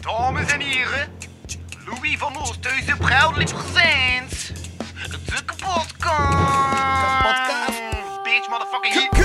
Dames en heren, Louis van Oosthuizen proudly presents de kapotkast. Kapotkast. Bitch, motherfucking hit.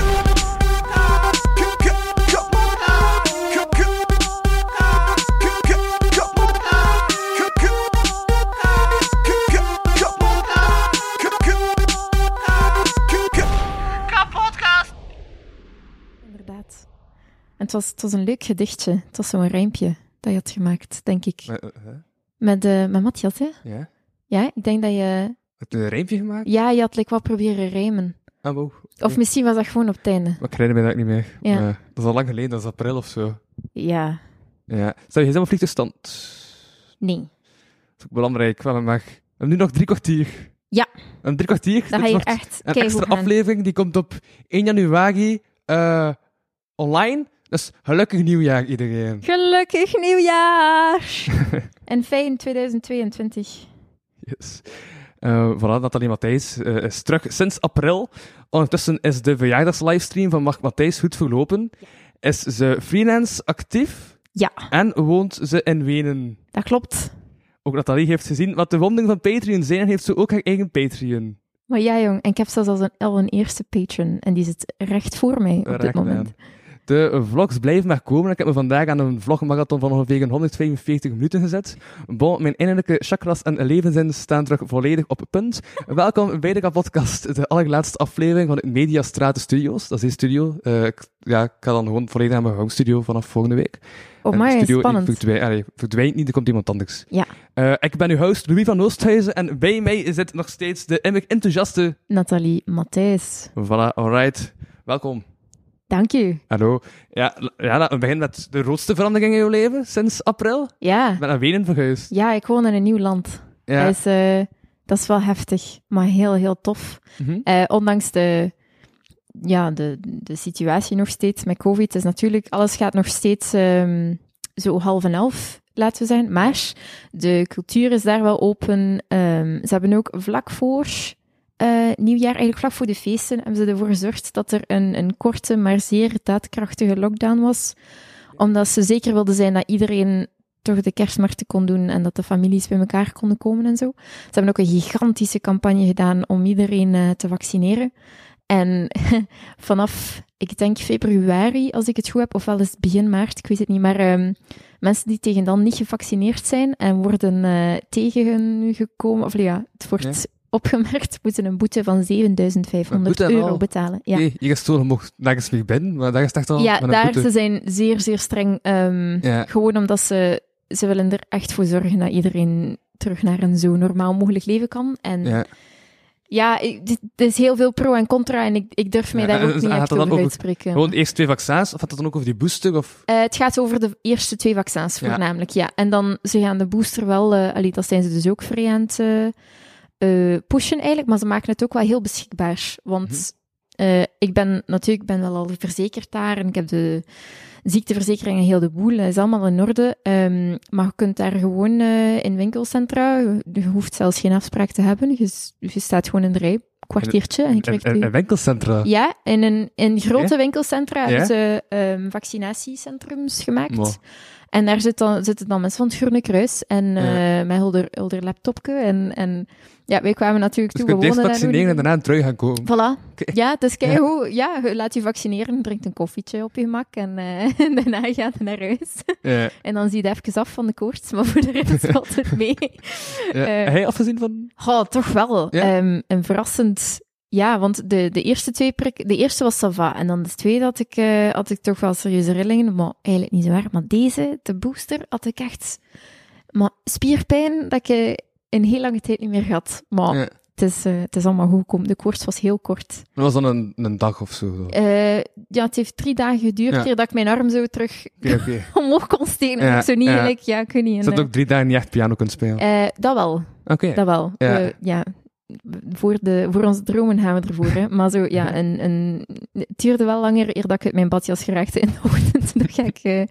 Kapotkast. Inderdaad. En het was een leuk gedichtje. Het was zo'n rijmpje dat je had gemaakt, denk ik. Met Matthias, hè? Ja? Ja, ik denk dat je... Heb je een rijmpje gemaakt? Ja, je had like wat proberen rijmen. Ah, wow. Of misschien was dat gewoon op het einde. Maar ik herinner me dat niet meer. Ja. Dat is al lang geleden, dat is april of zo. Ja. Ja. Stel je helemaal vliegtuigstand? Nee. Dat is ook belangrijk. Wel, maar we hebben nu nog 3 kwartier. Ja. Een 3 kwartier. Dan ga je echt een keigoed extra gaan. aflevering, die komt op 1 januari online. Dus gelukkig nieuwjaar iedereen. Gelukkig nieuwjaar! En fijn 2022. Yes. Voilà, Nathalie Matthijs is terug sinds april. Ondertussen is de verjaardagslivestream van Mark Matthijs goed verlopen. Ja. Is ze freelance actief Ja, en woont ze in Wenen. dat klopt. Ook Nathalie heeft gezien wat de wondingen van Patreon zijn en heeft ze ook haar eigen Patreon. Maar ja, jong. En ik heb zelfs al een eerste patron. En die zit recht voor mij op dit Recht moment. aan. De vlogs blijven maar komen. Ik heb me vandaag aan een vlogmarathon van ongeveer 145 minuten gezet. Bon, mijn innerlijke chakras en levenszin staan terug volledig op punt. Welkom bij de kapotkast, de allerlaatste aflevering van het Mediastraat Studios. Dat is die studio. Ik ga dan gewoon volledig naar mijn home studio vanaf volgende week. Oh, En maar de studio spannend. verdwijnt niet, er komt iemand anders. Ja. Ik ben uw host Louis van Oosthuizen en bij mij zit nog steeds de immer enthousiaste... Nathalie Matthijs. Voilà, alright. Welkom. Dank u. Hallo. Ja, laten we beginnen met de grootste verandering in jouw leven sinds april. Ja. Ik ben naar Wenen verhuisd. Ja, ik woon in een nieuw land. Ja. Dat is wel heftig, maar heel, heel tof. Mhm. Ondanks de situatie nog steeds met COVID, is natuurlijk, alles gaat nog steeds zo 10:30, laten we zijn. Maar de cultuur is daar wel open. Ze hebben ook vlak voor nieuwjaar, eigenlijk vlak voor de feesten, hebben ze ervoor gezorgd dat er een korte, maar zeer daadkrachtige lockdown was. Omdat ze zeker wilden zijn dat iedereen toch de kerstmarkten kon doen en dat de families bij elkaar konden komen en zo. Ze hebben ook een gigantische campagne gedaan om iedereen te vaccineren. En vanaf, ik denk februari, als ik het goed heb, ofwel is het begin maart, ik weet het niet, maar mensen die tegen dan niet gevaccineerd zijn en worden tegen hun gekomen, of ja, het wordt opgemerkt, moeten een boete van €7.500 betalen. Ja. Nee, je gestolen mocht nergens meer binnen, maar daar is het echt al... Ja, met een daar boete. ze zijn zeer, zeer streng. Gewoon omdat ze willen er echt voor zorgen dat iedereen terug naar een zo normaal mogelijk leven kan. En er is heel veel pro en contra en ik durf mij daar ook niet echt over uitspreken. Gewoon eerst 2 vaccins, of had het dan ook over die booster? Of? Het gaat over de eerste 2 vaccins voornamelijk, ja. En dan, ze gaan de booster wel, dat zijn ze dus ook vrij aan het pushen eigenlijk, maar ze maken het ook wel heel beschikbaar. Want ik ben wel al verzekerd daar en ik heb de ziekteverzekering en heel de boel, dat is allemaal in orde. Maar je kunt daar gewoon in winkelcentra, je hoeft zelfs geen afspraak te hebben, je staat gewoon in de rij, kwartiertje. En je krijgt een winkelcentra? Ja, in grote winkelcentra hebben ze vaccinatiecentrums gemaakt. Wow. En daar zitten dan mensen van het Groene Kruis en met heel laptopje. En ja, wij kwamen natuurlijk dus toe. je kunt eerst vaccineren en daarna terug gaan komen. Voilà. Okay. Ja, het is keigoed. Ja, je laat je vaccineren, drinkt een koffietje op je gemak en daarna gaat je naar huis. Ja. En dan zie je even af van de koorts, maar voor de rest valt het mee. Heb je afgezien van? Oh, toch wel. Ja? En verrassend... Ja, want de eerste 2 prikken... De eerste was ça va. En dan de tweede had ik toch wel serieuze rillingen. Maar eigenlijk niet zo waar. Maar deze, de booster, had ik echt... Maar spierpijn dat ik in heel lange tijd niet meer had. Maar het is allemaal goed gekomen. De koorts was heel kort. Dat was dan een dag of zo? Ja, het heeft 3 dagen geduurd eer dat ik mijn arm zo terug omhoog kon steken. Ja, Ik zo niet gelijk... Ja, ik weet niet. Zodat ook 3 dagen niet echt piano kunt spelen? Dat wel. Oké. Dat wel. Ja. Voor onze dromen gaan we ervoor, hè. Maar zo, ja, het duurde wel langer eer dat ik uit mijn badjas geraakte in de ochtend. Dan ga ik,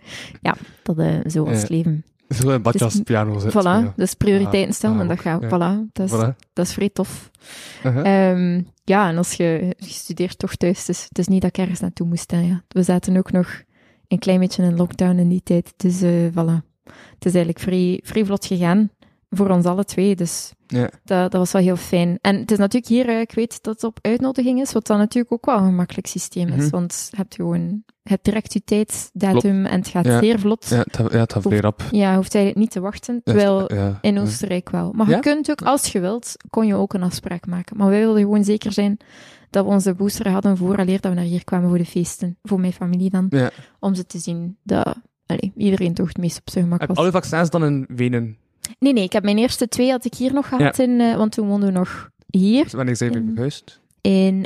zo was het leven. Zo een badjas piano zetten. Voilà, dus prioriteiten stellen en dat gaat. Voilà, dat is vrij tof. Ja, en als je studeert toch thuis, dus het is niet dat ik ergens naartoe moest. Hè, ja. We zaten ook nog een klein beetje in lockdown in die tijd, dus voilà. het is eigenlijk vrij vlot gegaan voor ons alle twee. Dus Ja. dat was wel heel fijn. En het is natuurlijk hier, ik weet dat het op uitnodiging is, wat dan natuurlijk ook wel een gemakkelijk systeem is. Mhm. Want je hebt direct je tijdsdatum en het gaat zeer vlot. Ja, het gaat vrij rap. Ja, je hoeft eigenlijk niet te wachten. Terwijl Ja. in Oostenrijk wel. Maar je Ja? kunt ook, als je wilt, kon je ook een afspraak maken. Maar wij wilden gewoon zeker zijn dat we onze booster hadden vooraleer dat we naar hier kwamen voor de feesten. Voor mijn familie dan. Ja. Om ze te zien dat iedereen toch het meest op zijn gemak Heb was. je alle vaccins dan in Wenen? Nee, ik heb mijn eerste 2 had ik hier nog gehad, want toen woonden we nog hier. Dus wanneer zijn we verhuisd? In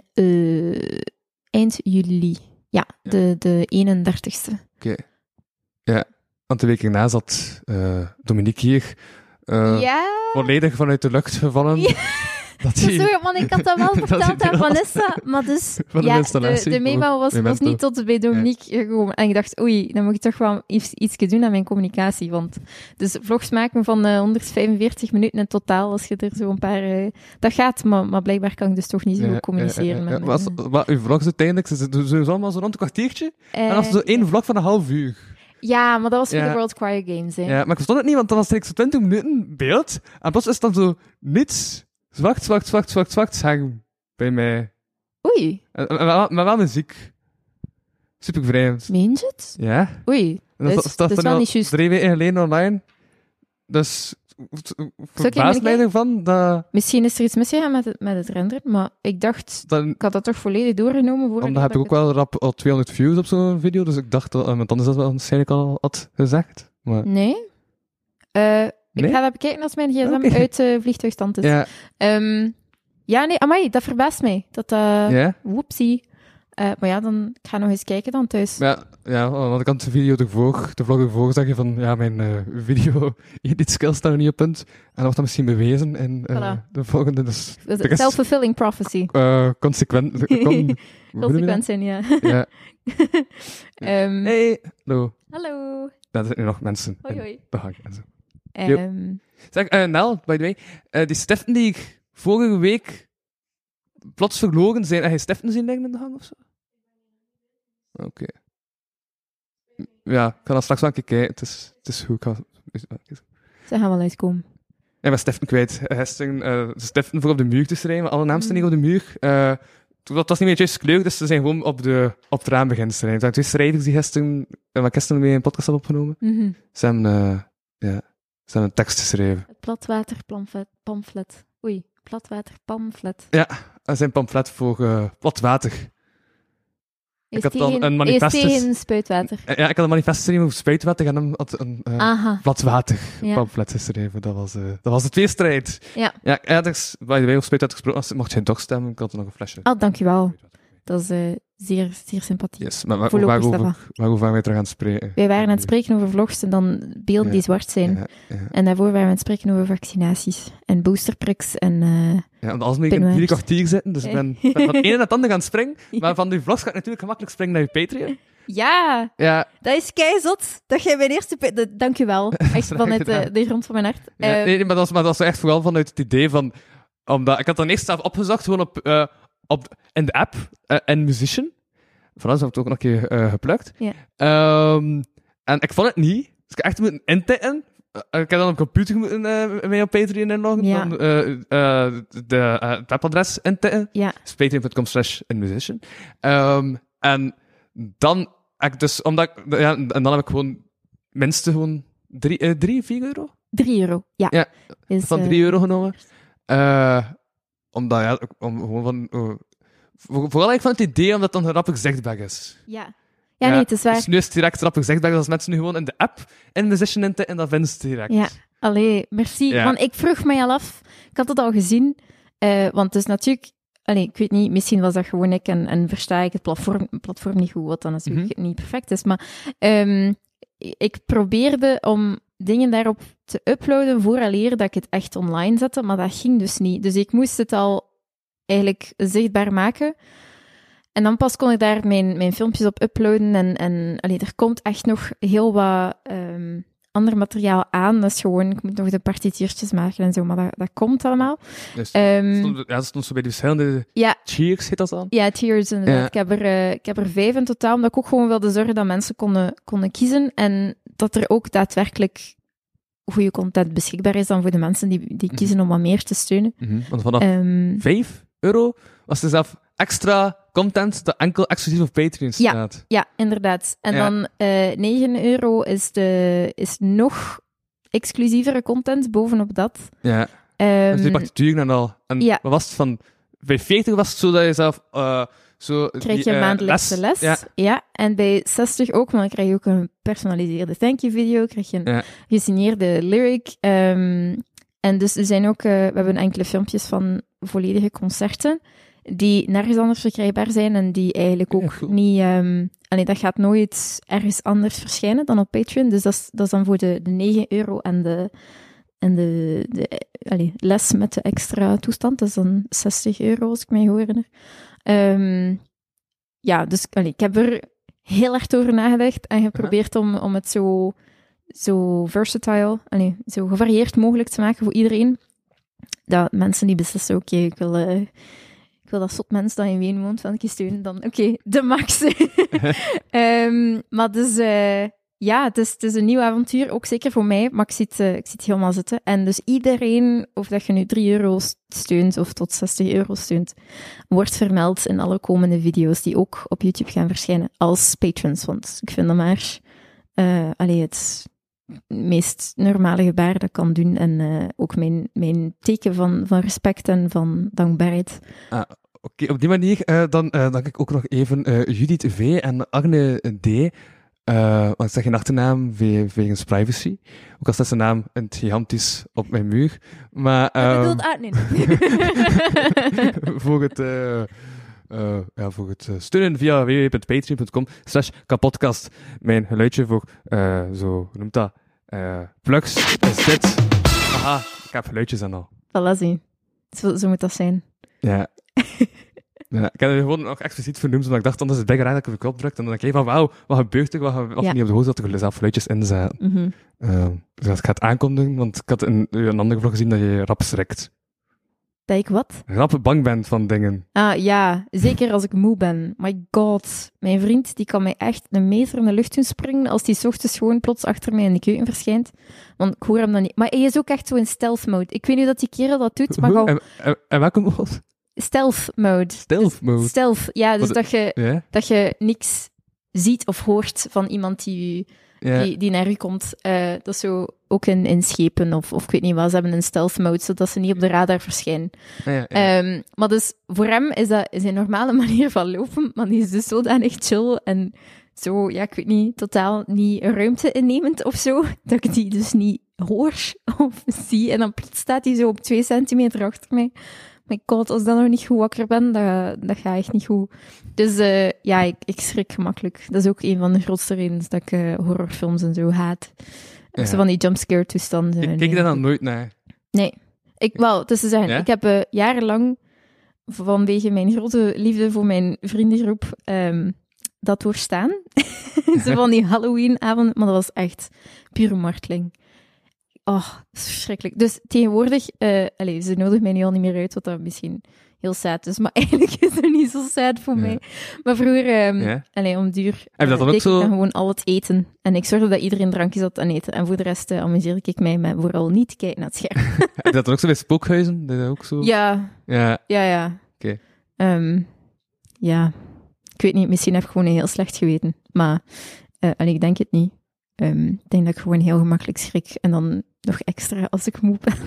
eind juli. Ja, de 31ste. Oké. Ja, want de week erna zat Dominique hier Ja. volledig vanuit de lucht gevallen. Ja. Dat hij- Sorry, want ik had dat wel Dat verteld hij aan er Vanessa, maar dus... Van de installatie. de memo was Memento. niet tot bij Dominique gekomen. En ik dacht, oei, dan moet ik toch wel iets doen aan mijn communicatie. Want dus vlogs maken van 145 minuten in totaal, als je er zo een paar... dat gaat, maar blijkbaar kan ik dus toch niet zo goed communiceren. Met Wat uw vlogs uiteindelijk, ze doen allemaal zo rond een kwartiertje. En dan was er zo één vlog van een half uur. Ja, maar dat was voor Ja. de World Choir Games, hè. Ja, maar ik verstond het niet, want dan was het zo 20 minuten beeld. En plots is dan zo niets. Zwart scherm bij mij. Oei, Maar wel muziek. Super vreemd. meen je het? Ja. Oei, En dat is wel al niet juist. 3 weken geleden online. Dus verbaast mij kijken? ervan dat... Misschien is er iets misgegaan met het renderen, maar ik dacht... Ik had dat toch volledig doorgenomen voor. Dan heb ik ook wel rap al 200 views op zo'n video, dus ik dacht dat iemand anders dat wel waarschijnlijk al had gezegd. Maar... Nee. Ik ga dat bekijken als mijn gsm Oké. uit vliegtuigstand is. Ja. Ja, nee, amai, dat verbaast mij. Ja? Woepsie. Maar ja, dan ik ga nog eens kijken dan thuis. Ja, aan de andere kant de video ervoor, de vlog ervoor, zeg je van, ja, mijn video edit skills staan nog niet op punt. En dat wordt dan misschien bewezen in Voilà. de volgende, dus... de rest- Self-fulfilling prophecy. Consequent... hoe noem je dat? Consequent zijn, ja. Ja. Ehm, Hallo. Hallo. Daar zitten nu nog mensen. Hoi, in hoi. de hang en zo. Ehm, Zeg, Nel, by the way, die stiften die ik vorige week plots verloren zijn, heb je stiften zien liggen in de gang of zo? Oké. Ja, ik ga dan straks wel een keer kijken. Het is goed. Ze gaan wel uitkomen. Ik ben stiften kwijt. Gisteren de stiften voor op de muur te schrijven, alle namen staan hier op de muur. Dat was niet meer juist kleur, dus ze zijn gewoon op het raam beginnen te schrijven. Er zijn 2 schrijvers die gisteren, waar ik gisteren mee een podcast heb opgenomen. Mhm. Ze hebben een tekst geschreven. Het platwaterpamflet. Oei, platwaterpamflet. Ja, dat is een pamflet voor plat water. Hij Ik had dan een Hij is manifest. tegen spuitwater. Ja, ik had een manifest geschreven over spuitwater en hem had een Aha. plat water Ja. pamflet geschreven. Dat was de tweestrijd. Ja. Ja, dus by the way, over spuitwater gesproken, mocht je toch stemmen, ik had er nog een flesje. Ah, dankjewel. Dat is zeer, zeer sympathiek. Yes, maar Voorlopig, waarover waren wij terug aan het spreken? Wij waren aan het spreken over vlogs en dan beelden die zwart zijn. Ja. En daarvoor waren we aan het spreken over vaccinaties. En boosterpriks en... Ja, want als we in Pinwipes. 4 kwartier zitten, dus ik ben van het ene naar het andere gaan springen, maar van die vlogs ga ik natuurlijk gemakkelijk springen naar je Patreon. Ja, Ja, dat is keizot. Dat jij mijn eerste... Dank je wel. Echt graag vanuit gedaan. de grond van mijn hart. nee, maar dat was echt vooral vanuit het idee van... Omdat, ik had dan eerst zelf opgezocht, gewoon in de app, en Musician. Vanaf heb ik het ook nog een keer geplukt. Ja. En ik vond het niet. Dus ik heb echt moeten intikken. Ik heb dan op een computer moeten mee op Patreon inloggen. Ja. Dan het webadres intikken. Ja. Dus patreon.com/inmusician. En dan heb ik dus... en dan heb ik gewoon minste gewoon 4 euro? €3. Ja. Ja, Is, van 3 euro genomen. Omdat, ja, om gewoon van... vooral ik van het idee omdat het dan rappig zichtbaar is. Ja. Ja, nee, het is waar. Dus nu is het direct rappig zichtbaar, dus als mensen nu gewoon in de app in Musician intikken, en dan vinden ze het direct. Ja. Allee, merci. Ja. Want ik vroeg mij al af, ik had het al gezien, want het is natuurlijk, ik weet niet, misschien was dat gewoon ik en versta ik het platform niet goed, wat dan natuurlijk niet perfect is, maar ik probeerde om dingen daarop te uploaden vooraleer dat ik het echt online zette, maar dat ging dus niet. Dus ik moest het al eigenlijk zichtbaar maken. En dan pas kon ik daar mijn filmpjes op uploaden en er komt echt nog heel wat ander materiaal aan. Dat is gewoon, ik moet nog de partitiertjes maken en zo, maar dat komt allemaal. Dus, Ehm, dat stond zo bij die verschillende Ja. cheers, heet dat dan? Ja, tiers inderdaad. Ja. Ik heb er 5 in totaal, omdat ik ook gewoon wilde zorgen dat mensen konden kiezen. En dat er ook daadwerkelijk goede content beschikbaar is dan voor de mensen die kiezen om wat meer te steunen. Want vanaf €5 was er zelf extra content dat enkel exclusief op Patreon staat. Ja, inderdaad. En dan €9 is nog exclusievere content bovenop dat. Ja. Dus die pakt natuurlijk dan al. En wat was het van... Bij 40 was het zo dat je zelf... krijg je maandelijkse les. Ja, en bij 60 ook, maar dan krijg je ook een gepersonaliseerde thank you video, krijg je een gesigneerde lyric. En dus er zijn ook... we hebben enkele filmpjes van volledige concerten die nergens anders verkrijgbaar zijn en die eigenlijk ook niet... dat gaat nooit ergens anders verschijnen dan op Patreon. Dus dat is dan voor de €9 en de les met de extra toestand. Dat is dan €60 als ik mij goed herinner. Dus ik heb er heel erg over nagedacht en geprobeerd om het zo versatile, zo gevarieerd mogelijk te maken voor iedereen. Dat mensen die beslissen, oké, ik wil dat zot mens dat in Wenen woont van een steunen, dan de max. Maar dus... het is een nieuw avontuur, ook zeker voor mij, maar ik zie het helemaal zitten. En dus iedereen, of dat je nu €3 steunt of tot €60 steunt, wordt vermeld in alle komende video's die ook op YouTube gaan verschijnen als patrons. Want ik vind dat maar het meest normale gebaar dat ik kan doen. En ook mijn teken van respect en van dankbaarheid. Oké, op die manier dan dank ik ook nog even Judith V. en Agne D., want ik zeg geen achternaam wegens privacy. Ook al staat zijn naam in het gigantisch op mijn muur. Maar... voor het steunen via www.patreon.com/kapodcast. Mijn geluidje voor, hoe noemt dat? Plugs is dit. Aha, ik heb geluidjes en al. Voilà, zie. Zo moet dat zijn. Ja. Ja, ik heb het gewoon nog expliciet vernoemd, omdat ik dacht, dan is het bijna raar dat ik op de knop druk. En dan denk ik van, wauw, wat gebeurt er? Wat niet op de hoogte dat er zelf fluitjes in zaten. Dus ik ga het aankondigen, want ik had in een andere vlog gezien dat je rap schrikt. Dat ik wat? Rap bang bent van dingen. Ja, zeker als ik moe ben. My god, mijn vriend die kan mij echt een meter in de lucht doen springen als die 's ochtends gewoon plots achter mij in de keuken verschijnt. Want ik hoor hem dan niet. Maar hij is ook echt zo in stealth mode. Ik weet niet dat die kerel dat doet, maar en welke mode? Stealth mode. Stealth mode? Stealth, ja, dus dat je niks ziet of hoort van iemand die naar u komt. Dat is zo ook in schepen of ik weet niet wat. Ze hebben een stealth mode, zodat ze niet op de radar verschijnen. Maar dus voor hem is dat zijn normale manier van lopen, maar die is dus zodanig chill en zo, ik weet niet, totaal niet ruimte innemend of zo, dat ik die dus niet hoor of zie. En dan plots staat hij zo op 2 centimeter achter mij. My god, als ik dan nog niet goed wakker ben, dat gaat echt niet goed. Dus ik schrik gemakkelijk. Dat is ook een van de grootste redenen dat ik horrorfilms en zo haat. Of zo van die jumpscare toestanden. Kijk je daar dan nooit naar? Nee. Het is te zeggen, ik heb jarenlang, vanwege mijn grote liefde voor mijn vriendengroep, dat doorstaan. Zo van die Halloween-avond, maar dat was echt pure marteling. Oh, dat is verschrikkelijk. Dus tegenwoordig, ze nodigen mij nu al niet meer uit, wat dat misschien heel sad is. Maar eigenlijk is het niet zo sad voor mij. Maar vroeger, om duur, heb je dat dan ook deed zo? Ik dan gewoon al het eten. En ik zorgde dat iedereen drankjes had aan eten. En voor de rest amuseerde ik mij met vooral niet te kijken naar het scherm. Heb je dat dan ook zo bij spookhuizen? Dat ook zo? Ja. Oké. Ik weet niet, misschien heb ik gewoon een heel slecht geweten. Maar ik denk het niet. Ik denk dat ik gewoon heel gemakkelijk schrik. En dan nog extra als ik moe ben.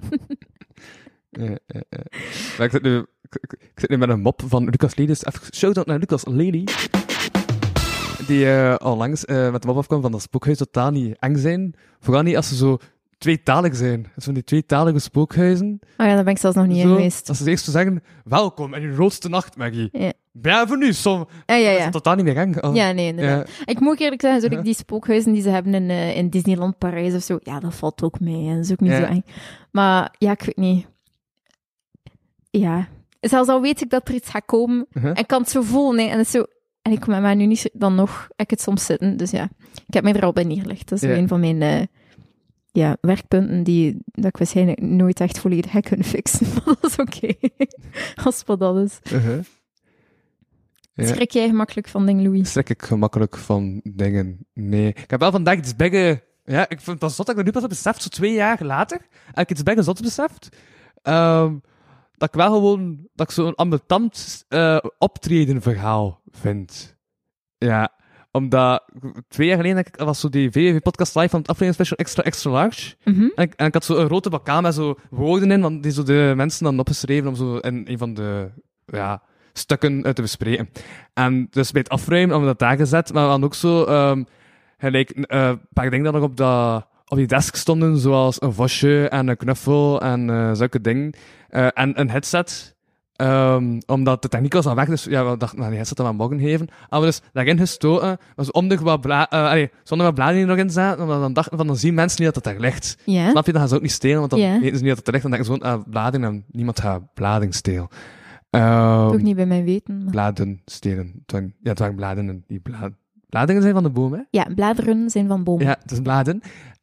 Maar ik zit nu met een mop van Lucas Lely. Dus even shout-out naar Lucas Lely. Die al langs met de mop afkwam van dat spookhuis totaal niet eng zijn. Vooral niet als ze zo tweetalig zijn. Dus van die tweetalige spookhuizen. Oh ja, daar ben ik zelfs nog niet in geweest. Als ze eerst zo zeggen, welkom in uw roodste nacht, Maggie. Ja. Bienvenue, som. Dat is totaal niet meer eng. Ja, nee, inderdaad. Ik moet eerlijk zeggen, zo die spookhuizen die ze hebben in Disneyland Parijs of zo, ja, dat valt ook mee. En dat is ook niet zo eng. Maar ja, ik weet niet. Ja. Zelfs al weet ik dat er iets gaat komen, en ik kan het zo voelen, en het is zo... En ik kom met nu niet dan nog, ik het soms zitten. Dus ja, ik heb mij er al bij neergelegd. Dat is een van mijn werkpunten dat ik waarschijnlijk nooit echt volledig ga kunnen fixen. Maar dat is oké. Als wat dat is. Ja. Schrik jij gemakkelijk van dingen, Louis? Schrik ik gemakkelijk van dingen? Nee. Ik heb wel vandaag iets begge... Ja, ik vind dat zot dat ik nu pas heb beseft, zo 2 jaar later, heb ik iets begge zot beseft. Dat ik wel gewoon... Dat ik zo'n ambetant optredenverhaal vind. Ja. Omdat 2 jaar geleden was zo die VVV-podcast live van het afleveringsspecial extra large. Mhm. En ik had zo een rode bokaal met zo woorden in, want die zo de mensen dan opgeschreven om zo in een van de stukken te bespreken. En dus bij het afruimen hebben we dat daar gezet, maar dan ook zo gelijk een paar dingen dat nog op die desk stonden, zoals een vosje en een knuffel en zulke dingen. En een headset. Omdat de techniek was al weg, dus ja, we dachten, die headset dan aan mogen geven. Hadden we dus daarin gestoten, maar zo om de wat zonder wat bladeren nog in zaten, omdat we dan dachten van, dan zien mensen niet dat het daar ligt. Ja. Snap je? Dan gaan ze ook niet stelen, want dan Ja. weten ze niet dat het er ligt, dan denken ze gewoon, bladeren en niemand gaat blading stelen. Toch niet bij mij weten. Maar... Bladen stelen. Het waren bladen en die bladingen zijn van de boom, hè? Ja, bladeren zijn van bomen. Ja, het is bladen.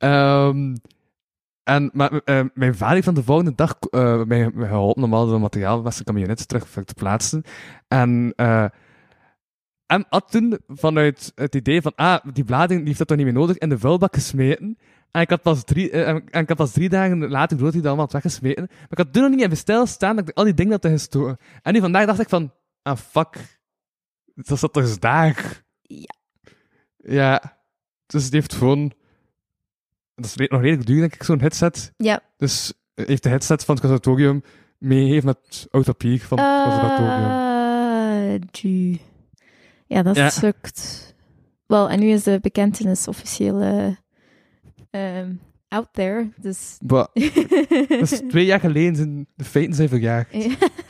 Maar mijn vader heeft van de volgende dag mij geholpen om al het materiaal van zijn camionet terug te plaatsen. En had toen vanuit het idee van, die blading die heeft dat toch niet meer nodig, in de vuilbak gesmeten. En ik had pas 3 dagen later hij dat allemaal had weggesmeten. Maar ik had toen nog niet in bestel staan dat ik al die dingen had gestoten. En nu vandaag dacht ik van, fuck. Dat zat toch eens daar? Ja. Ja. Dus het heeft gewoon... Dat is nog redelijk duur, denk ik, zo'n headset. Ja. Dus heeft de headset van het conservatorium meegegeven met oud papier van het conservatorium. Ja, dat sukt. Wel, en nu is de bekentenis officieel out there, dus... Dus 2 jaar geleden zijn de feiten zijn verjaagd. Ja.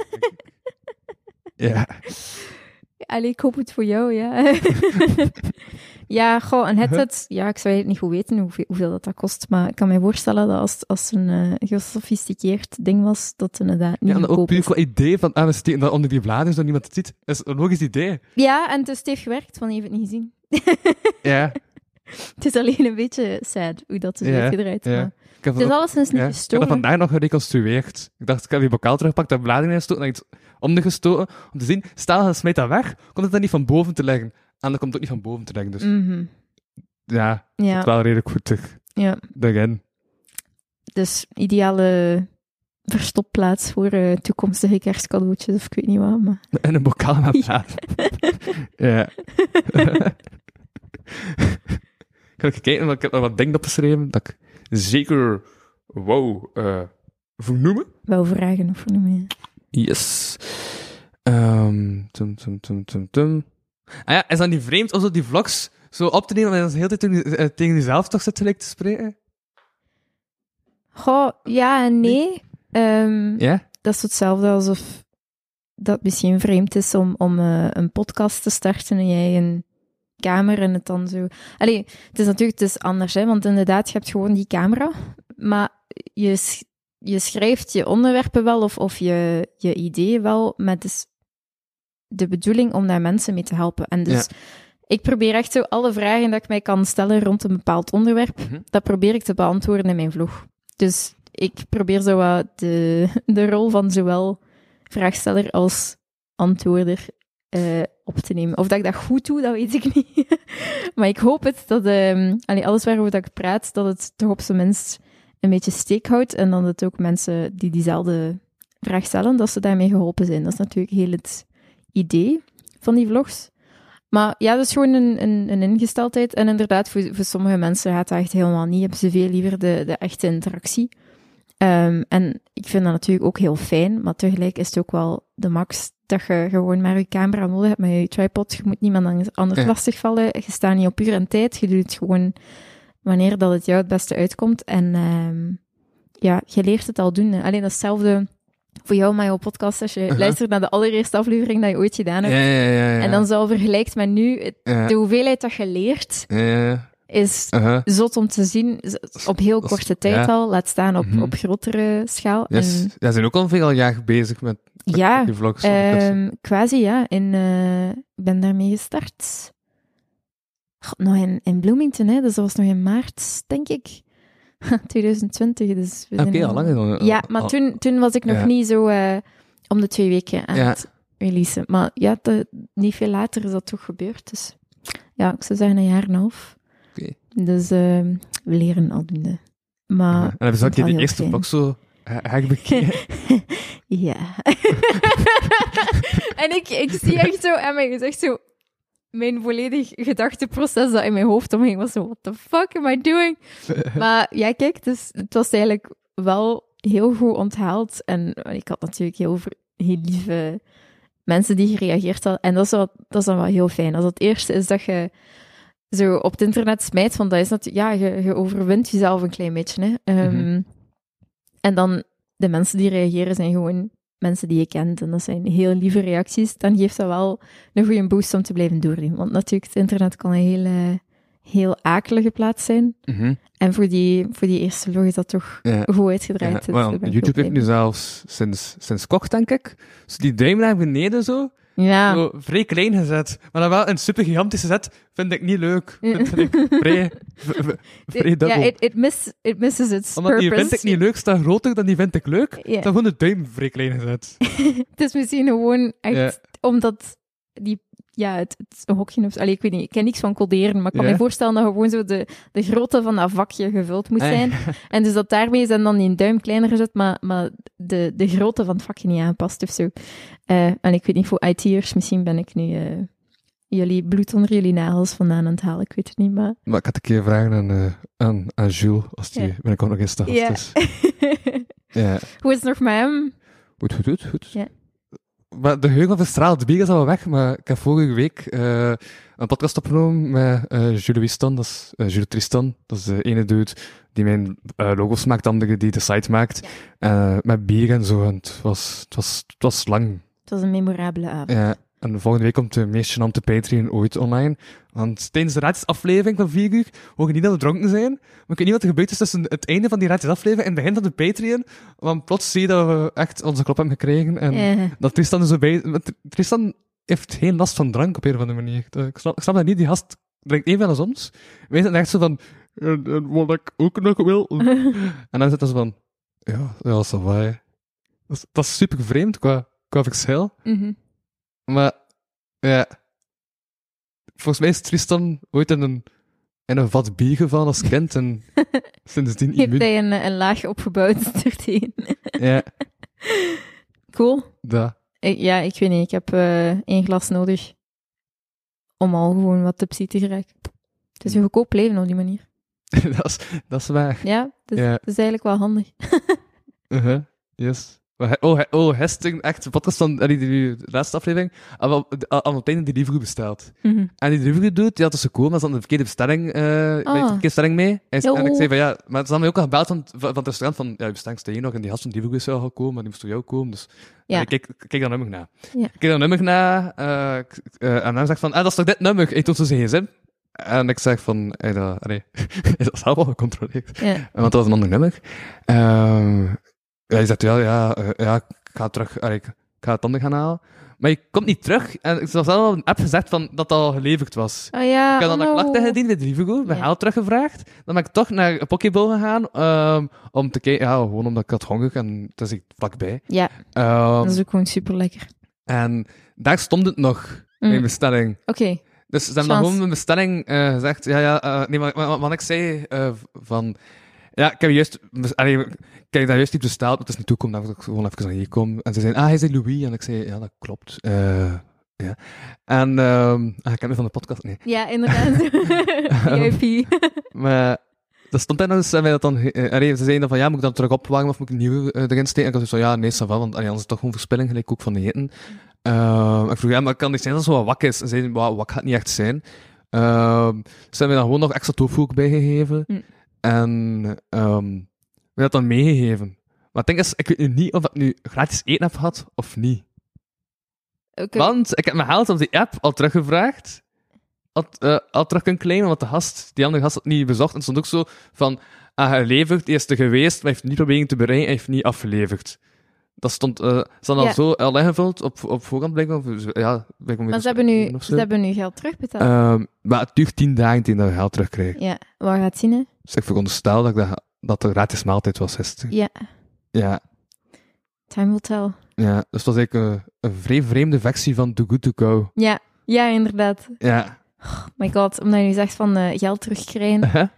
Ja. Allee, ik hoop het voor jou, ja. Ja, een headset... Ja, ik zou eigenlijk niet goed weten hoeveel dat kost, maar ik kan me voorstellen dat als het een gesofisticeerd ding was, dat het inderdaad niet en ook goedkoop puur is. qua idee van, we steken dat onder die bladeren, zodat niemand het ziet. Dat is een logisch idee. Ja, en dus het heeft gewerkt, want je hebt het niet gezien. Ja. Het is alleen een beetje sad hoe dat is uitgedraaid. Ja. Maar... Het is alleszins niet Ik heb gestolen. dat vandaag nog gereconstrueerd. Ik dacht, ik heb die bokaal teruggepakt, dat bladeren ingestoten en iets omgestoten, om te zien, stel je smijt dat weg, komt het dan niet van boven te leggen. En dan komt het ook niet van boven te leggen, dus... Ja, het is wel redelijk goed terug. Ja. Daarin. Dus ideale verstopplaats voor toekomstige kerstcadeautjes of ik weet niet wat. Maar... En een bokaal met bladeren. Ja. Ik ga even kijken, want ik heb nog wat dingen opgeschreven dat ik zeker vernoemen. Wel vragen of vernoemen. Yes. Is dat niet vreemd om zo die vlogs zo op te nemen en dan de hele tijd tegen jezelf toch zit gelijk te spreken? Goh, ja en nee. Ja? Dat is hetzelfde alsof dat misschien vreemd is om een podcast te starten en jij een kamer en het dan zo... Allee, het is anders, hè, want inderdaad, je hebt gewoon die camera, maar je schrijft je onderwerpen wel of je ideeën wel met dus de bedoeling om daar mensen mee te helpen. En dus ik probeer echt zo alle vragen dat ik mij kan stellen rond een bepaald onderwerp, dat probeer ik te beantwoorden in mijn vlog. Dus ik probeer zo wat de rol van zowel vraagsteller als antwoorder op te nemen. Of dat ik dat goed doe, dat weet ik niet. Maar ik hoop het dat alles waarover dat ik praat, dat het toch op zijn minst een beetje steek houdt en dan dat ook mensen die diezelfde vraag stellen, dat ze daarmee geholpen zijn. Dat is natuurlijk heel het idee van die vlogs. Maar ja, dat is gewoon een ingesteldheid. En inderdaad, voor sommige mensen gaat dat echt helemaal niet. Hebben ze veel liever de echte interactie. En ik vind dat natuurlijk ook heel fijn, maar tegelijk is het ook wel de max dat je gewoon maar je camera nodig hebt met je tripod. Je moet niemand anders lastigvallen. Je staat niet op uur en tijd. Je doet het gewoon wanneer dat het jou het beste uitkomt. En je leert het al doen. Alleen datzelfde voor jou met jouw podcast, als je luistert naar de allereerste aflevering dat je ooit gedaan hebt. Ja. En dan zo vergelijkt met nu, de hoeveelheid dat je leert, is zot om te zien. Op heel korte tijd al, laat staan op grotere schaal. Yes. En, ja, zijn ook al veel jaar bezig met die vlogs. Quasi, ja. Ik ben daarmee gestart. Nog in Bloomington, hè. Dus dat was nog in maart, denk ik. 2020, dus... Oké, al lang dan. Ja, maar toen was ik nog niet zo om de 2 weken aan het releasen. Maar ja, niet veel later is dat toch gebeurd. Dus ja, ik zou zeggen een jaar en een half. Oké. Dus we leren aldoende. Maar En hebben ze ook het is wel die heel eerste fijn. vlog zo bekeken? Ja. En ik zie echt zo, en mijn gezegd zo, mijn volledig gedachteproces dat in mijn hoofd omging was zo, what the fuck am I doing? Maar ja, kijk, dus het was eigenlijk wel heel goed onthaald. En ik had natuurlijk heel lieve mensen die gereageerd hadden. En dat is dan wel heel fijn. Als het eerste is dat je zo op het internet smijt, want dat is natuurlijk, ja, je overwint jezelf een klein beetje. Hè. En dan de mensen die reageren zijn gewoon mensen die je kent. En dat zijn heel lieve reacties. Dan geeft dat wel een goede boost om te blijven doordoen. Want natuurlijk, het internet kan een heel akelige plaats zijn. En voor die eerste vlog is dat toch goed uitgedraaid. Ja, Dus wel, daar ben ik YouTube heel heeft blij nu zelfs sinds kort, denk ik, dus die duim naar beneden zo, mee. Ja. zo vrij klein gezet. Maar dan wel een super gigantische zet, vind ik niet leuk. Vind ik vrij dubbel. Ja, it misses its Omdat die purpose. vind ik niet leuk, staat groter dan die vind ik leuk. Ja. Dan gewoon de duim vrij klein gezet. Het is misschien gewoon echt Ja. omdat het is een hokje of zo. Allee, ik weet niet, ik ken niks van coderen, maar ik kan Ja. me voorstellen dat gewoon zo de grootte van dat vakje gevuld moet zijn. En dus dat daarmee zijn dan die duim kleiner gezet, maar de grootte van het vakje niet aangepast of zo. En ik weet niet, voor IT'ers, misschien ben ik nu jullie bloed onder jullie nagels vandaan aan het halen, ik weet het niet, maar... Maar ik had een keer vragen aan Jules, als die binnenkort nog eens te gast Ja. is. Ja. Hoe is het nog met hem? Goed. Ja. Maar de geheugen van Verstraald Bier is al wel weg, maar ik heb vorige week een podcast opgenomen met Jules Wiston, dat is Jules Tristan, dat is de ene dude die mijn logo's maakt, de andere die de site maakt, met bier en zo, en het was lang. Het was een memorabele avond. Ja. En volgende week komt de meest gênante Patreon ooit online. Want tijdens de raadsaflevering van 4 uur mogen niet dat we dronken zijn. Maar ik weet niet wat er gebeurd is tussen het einde van die raadsaflevering en het begin van de Patreon. Want plots zie je dat we echt onze klop hebben gekregen. En dat Tristan er zo bij... want Tristan heeft geen last van drank op een of andere manier. Ik snap dat niet. Die gast drinkt evenveel als ons. Wij zijn echt zo van... wat ik ook nog wil. En dan zit hij zo van... Ja, ça va, hè. Dat is super vreemd qua verschil. Maar, ja. Volgens mij is Tristan ooit in een vat bier gevallen als kind en sindsdien Heeft immuun. hij een laag opgebouwd erheen. Ja, Cool. dat. Ik weet niet. Ik heb 1 glas nodig om al gewoon wat tipsy te geraken. Het is een goedkoop leven op die manier. dat is waar. Ja, dus Ja. dat is eigenlijk wel handig. Yes. Hesting, echt, de podcast van die laatste aflevering, aan het einde die liefde besteld. En die liefde doet, dat is gekomen, dat is dan de verkeerde bestelling, bij de verkeerde bestelling mee. En ik zei van, ja, maar ze hadden mij ook al gebeld van het restaurant van, ja, je bestelling staat hier nog, en die gast van die liefde zou al komen, maar die moest door jou komen, dus ik kijk daar nummer na. Ja. Ik kijk daar nummer na, en dan zeg van, dat is toch dit nummer? Ik doe zo zijn gsm. En ik zeg van, hij dat zelf al gecontroleerd. Ja. Want dat was een ander nummer. Hij zegt, ja, ik ga terug, ik ga het ander gaan halen. Maar je komt niet terug. En ik was al een app gezegd van dat het al geleverd was. Oh ja, Ik heb dan een klacht ingediend bij Deliveroo, mijn geld teruggevraagd. Dan ben ik toch naar een Pokéball gegaan, om te kijken, gewoon omdat ik had honger en het is hier vlakbij. Ja, dat is ook gewoon super lekker. En daar stond het nog, mijn bestelling. Oké. Dus ze hebben dan gewoon mijn bestelling gezegd, nee, maar wat ik zei van... Ja, ik heb daar juist iets besteld, maar het is niet toekomen, dat ik gewoon even naar hier kom. En ze zeiden, hij is Louis. En ik zei, ja, dat klopt. Ja. En, ik ken me van de podcast, nee. Ja, inderdaad. VIP. Maar, dat stond daar nog eens, en wij dat dan, ze zeiden dan van, ja, moet ik dan terug opwarmen of moet ik een nieuwe erin steken? En ik was zo, ja, nee, ça va, want anders is het toch gewoon verspilling, gelijk ook van de eten. Ik vroeg, ja, maar kan niet zijn dat het zo wat wak is? En ze zeiden, wak gaat niet echt zijn. Dus hebben we dan gewoon nog extra tofu ook bijgegeven. En we dat dan meegegeven. Maar het ding is, ik weet nu niet of ik nu gratis eten heb gehad of niet. Okay. Want ik heb mijn geld op die app al teruggevraagd. Al terug kunnen claimen, want die andere gast had het niet bezocht. En het stond ook zo van, geleverd, die is er geweest, maar heeft niet proberen te bereiken en heeft niet afgeleverd. Dat stond, ze hadden al zo al ingevuld op voorhand blijkbaar. Maar ze hebben nu geld terugbetaald. Maar het duurt 10 dagen tegen dat je geld terugkrijgt. Ja, waar gaat het zien, hè? Dus ik veronderstel dat er gratis maaltijd was gisteren. Ja. Ja. Time will tell. Ja, dus dat was eigenlijk een vrij vreemde versie van Too Good To Go. Ja, inderdaad. Ja. Oh my god, omdat je nu zegt van geld terugkrijgen.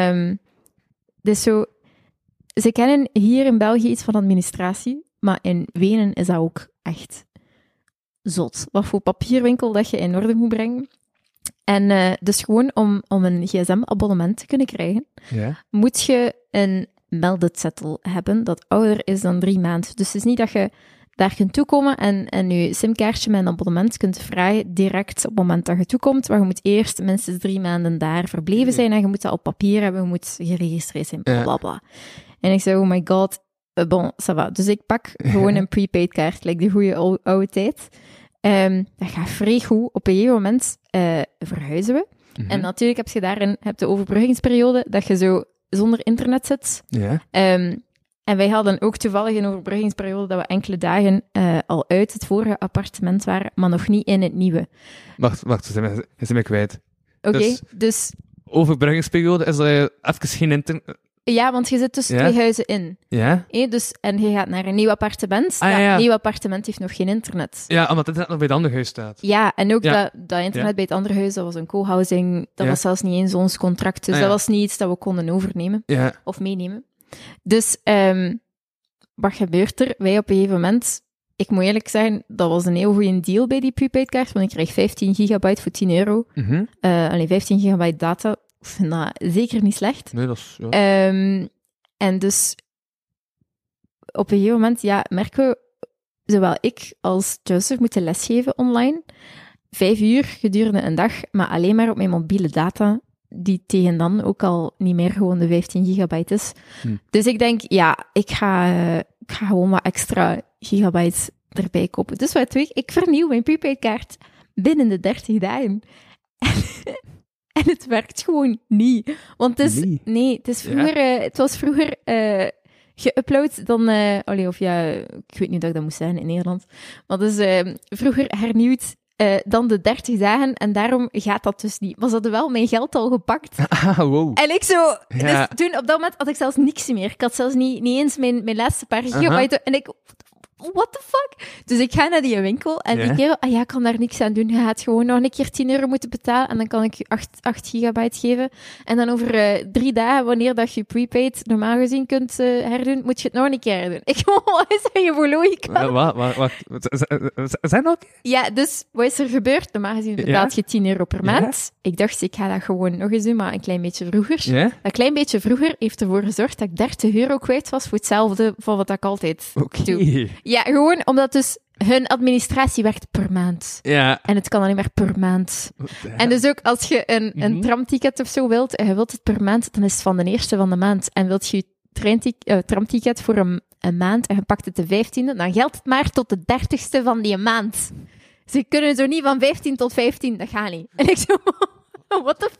Dus zo... Ze kennen hier in België iets van administratie, maar in Wenen is dat ook echt zot. Wat voor papierwinkel dat je in orde moet brengen. En dus gewoon om een gsm-abonnement te kunnen krijgen, moet je een meldezettel hebben dat ouder is dan 3 maanden. Dus het is niet dat je daar kunt toekomen en je simkaartje met een abonnement kunt vragen direct op het moment dat je toekomt, maar je moet eerst minstens 3 maanden daar verbleven zijn en je moet dat op papier hebben, je moet geregistreerd zijn, bla bla. En ik zei, oh my god, bon, ça va. Dus ik pak gewoon een prepaid kaart, like de goede oude tijd. Dat gaat vrij goed. Op een gegeven moment verhuizen we. Mm-hmm. En natuurlijk heb je daarin de overbruggingsperiode, dat je zo zonder internet zit. En wij hadden ook toevallig een overbruggingsperiode dat we enkele dagen al uit het vorige appartement waren, maar nog niet in het nieuwe. Wacht, ze zijn mij kwijt. Oké, dus... Overbruggingsperiode is dat je even geen internet... Ja, want je zit tussen 2 huizen in. Ja? Dus, en je gaat naar een nieuw appartement. Het nieuw appartement heeft nog geen internet. Ja, omdat het internet nog bij het andere huis staat. Ja, en ook dat internet bij het andere huis, dat was een co-housing. Dat was zelfs niet eens ons contract. Dus dat was niet iets dat we konden overnemen. Of meenemen. Dus, wat gebeurt er? Wij op een gegeven moment... Ik moet eerlijk zeggen, dat was een heel goede deal bij die prepaidkaart, want ik kreeg 15 gigabyte voor €10. Mm-hmm. 15 gigabyte data. Ik vind dat zeker niet slecht. Nee, dat is... Ja. En dus op een gegeven moment merken we, zowel ik als Joseph moeten lesgeven online. 5 uur gedurende een dag, maar alleen maar op mijn mobiele data, die tegen dan ook al niet meer gewoon de 15 gigabyte is. Dus ik denk, ik ga gewoon wat extra gigabyte erbij kopen. Dus wat doe ik? Ik vernieuw mijn prepaidkaart binnen de 30 dagen. En het werkt gewoon niet. Want het is... Nee, het is vroeger... Het was vroeger geüpload dan... ik weet niet dat ik dat moest zeggen in Nederland. Maar dus vroeger hernieuwd dan de 30 dagen. En daarom gaat dat dus niet. Maar ze hadden wel mijn geld al gepakt. Wow. En ik zo... Dus toen, op dat moment had ik zelfs niks meer. Ik had zelfs niet eens mijn laatste paar gigabyte. En ik... What the fuck? Dus ik ga naar die winkel en die kerel, ik kan daar niks aan doen. Je gaat gewoon nog een keer €10 moeten betalen en dan kan ik je 8 gigabyte geven. En dan over 3 dagen, wanneer dat je prepaid normaal gezien kunt herdoen, moet je het nog een keer herdoen. Wat is dat je voor logica? Wacht. Zijn ook? Ja, dus wat is er gebeurd? Normaal gezien betaalt je €10 per maand. Ik dacht, ik ga dat gewoon nog eens doen, maar een klein beetje vroeger. Dat klein beetje vroeger heeft ervoor gezorgd dat ik €30 kwijt was voor hetzelfde van wat ik altijd doe. Ja, gewoon omdat dus hun administratie werkt per maand. Ja. En het kan alleen maar per maand. En dus ook als je een tramticket of zo wilt, en je wilt het per maand, dan is het van de eerste van de maand. En wilt je tramticket voor een maand en je pakt het de 15e, dan geldt het maar tot de 30ste van die maand. Ze kunnen zo niet van 15 tot 15, dat gaat niet. En ik zo, what the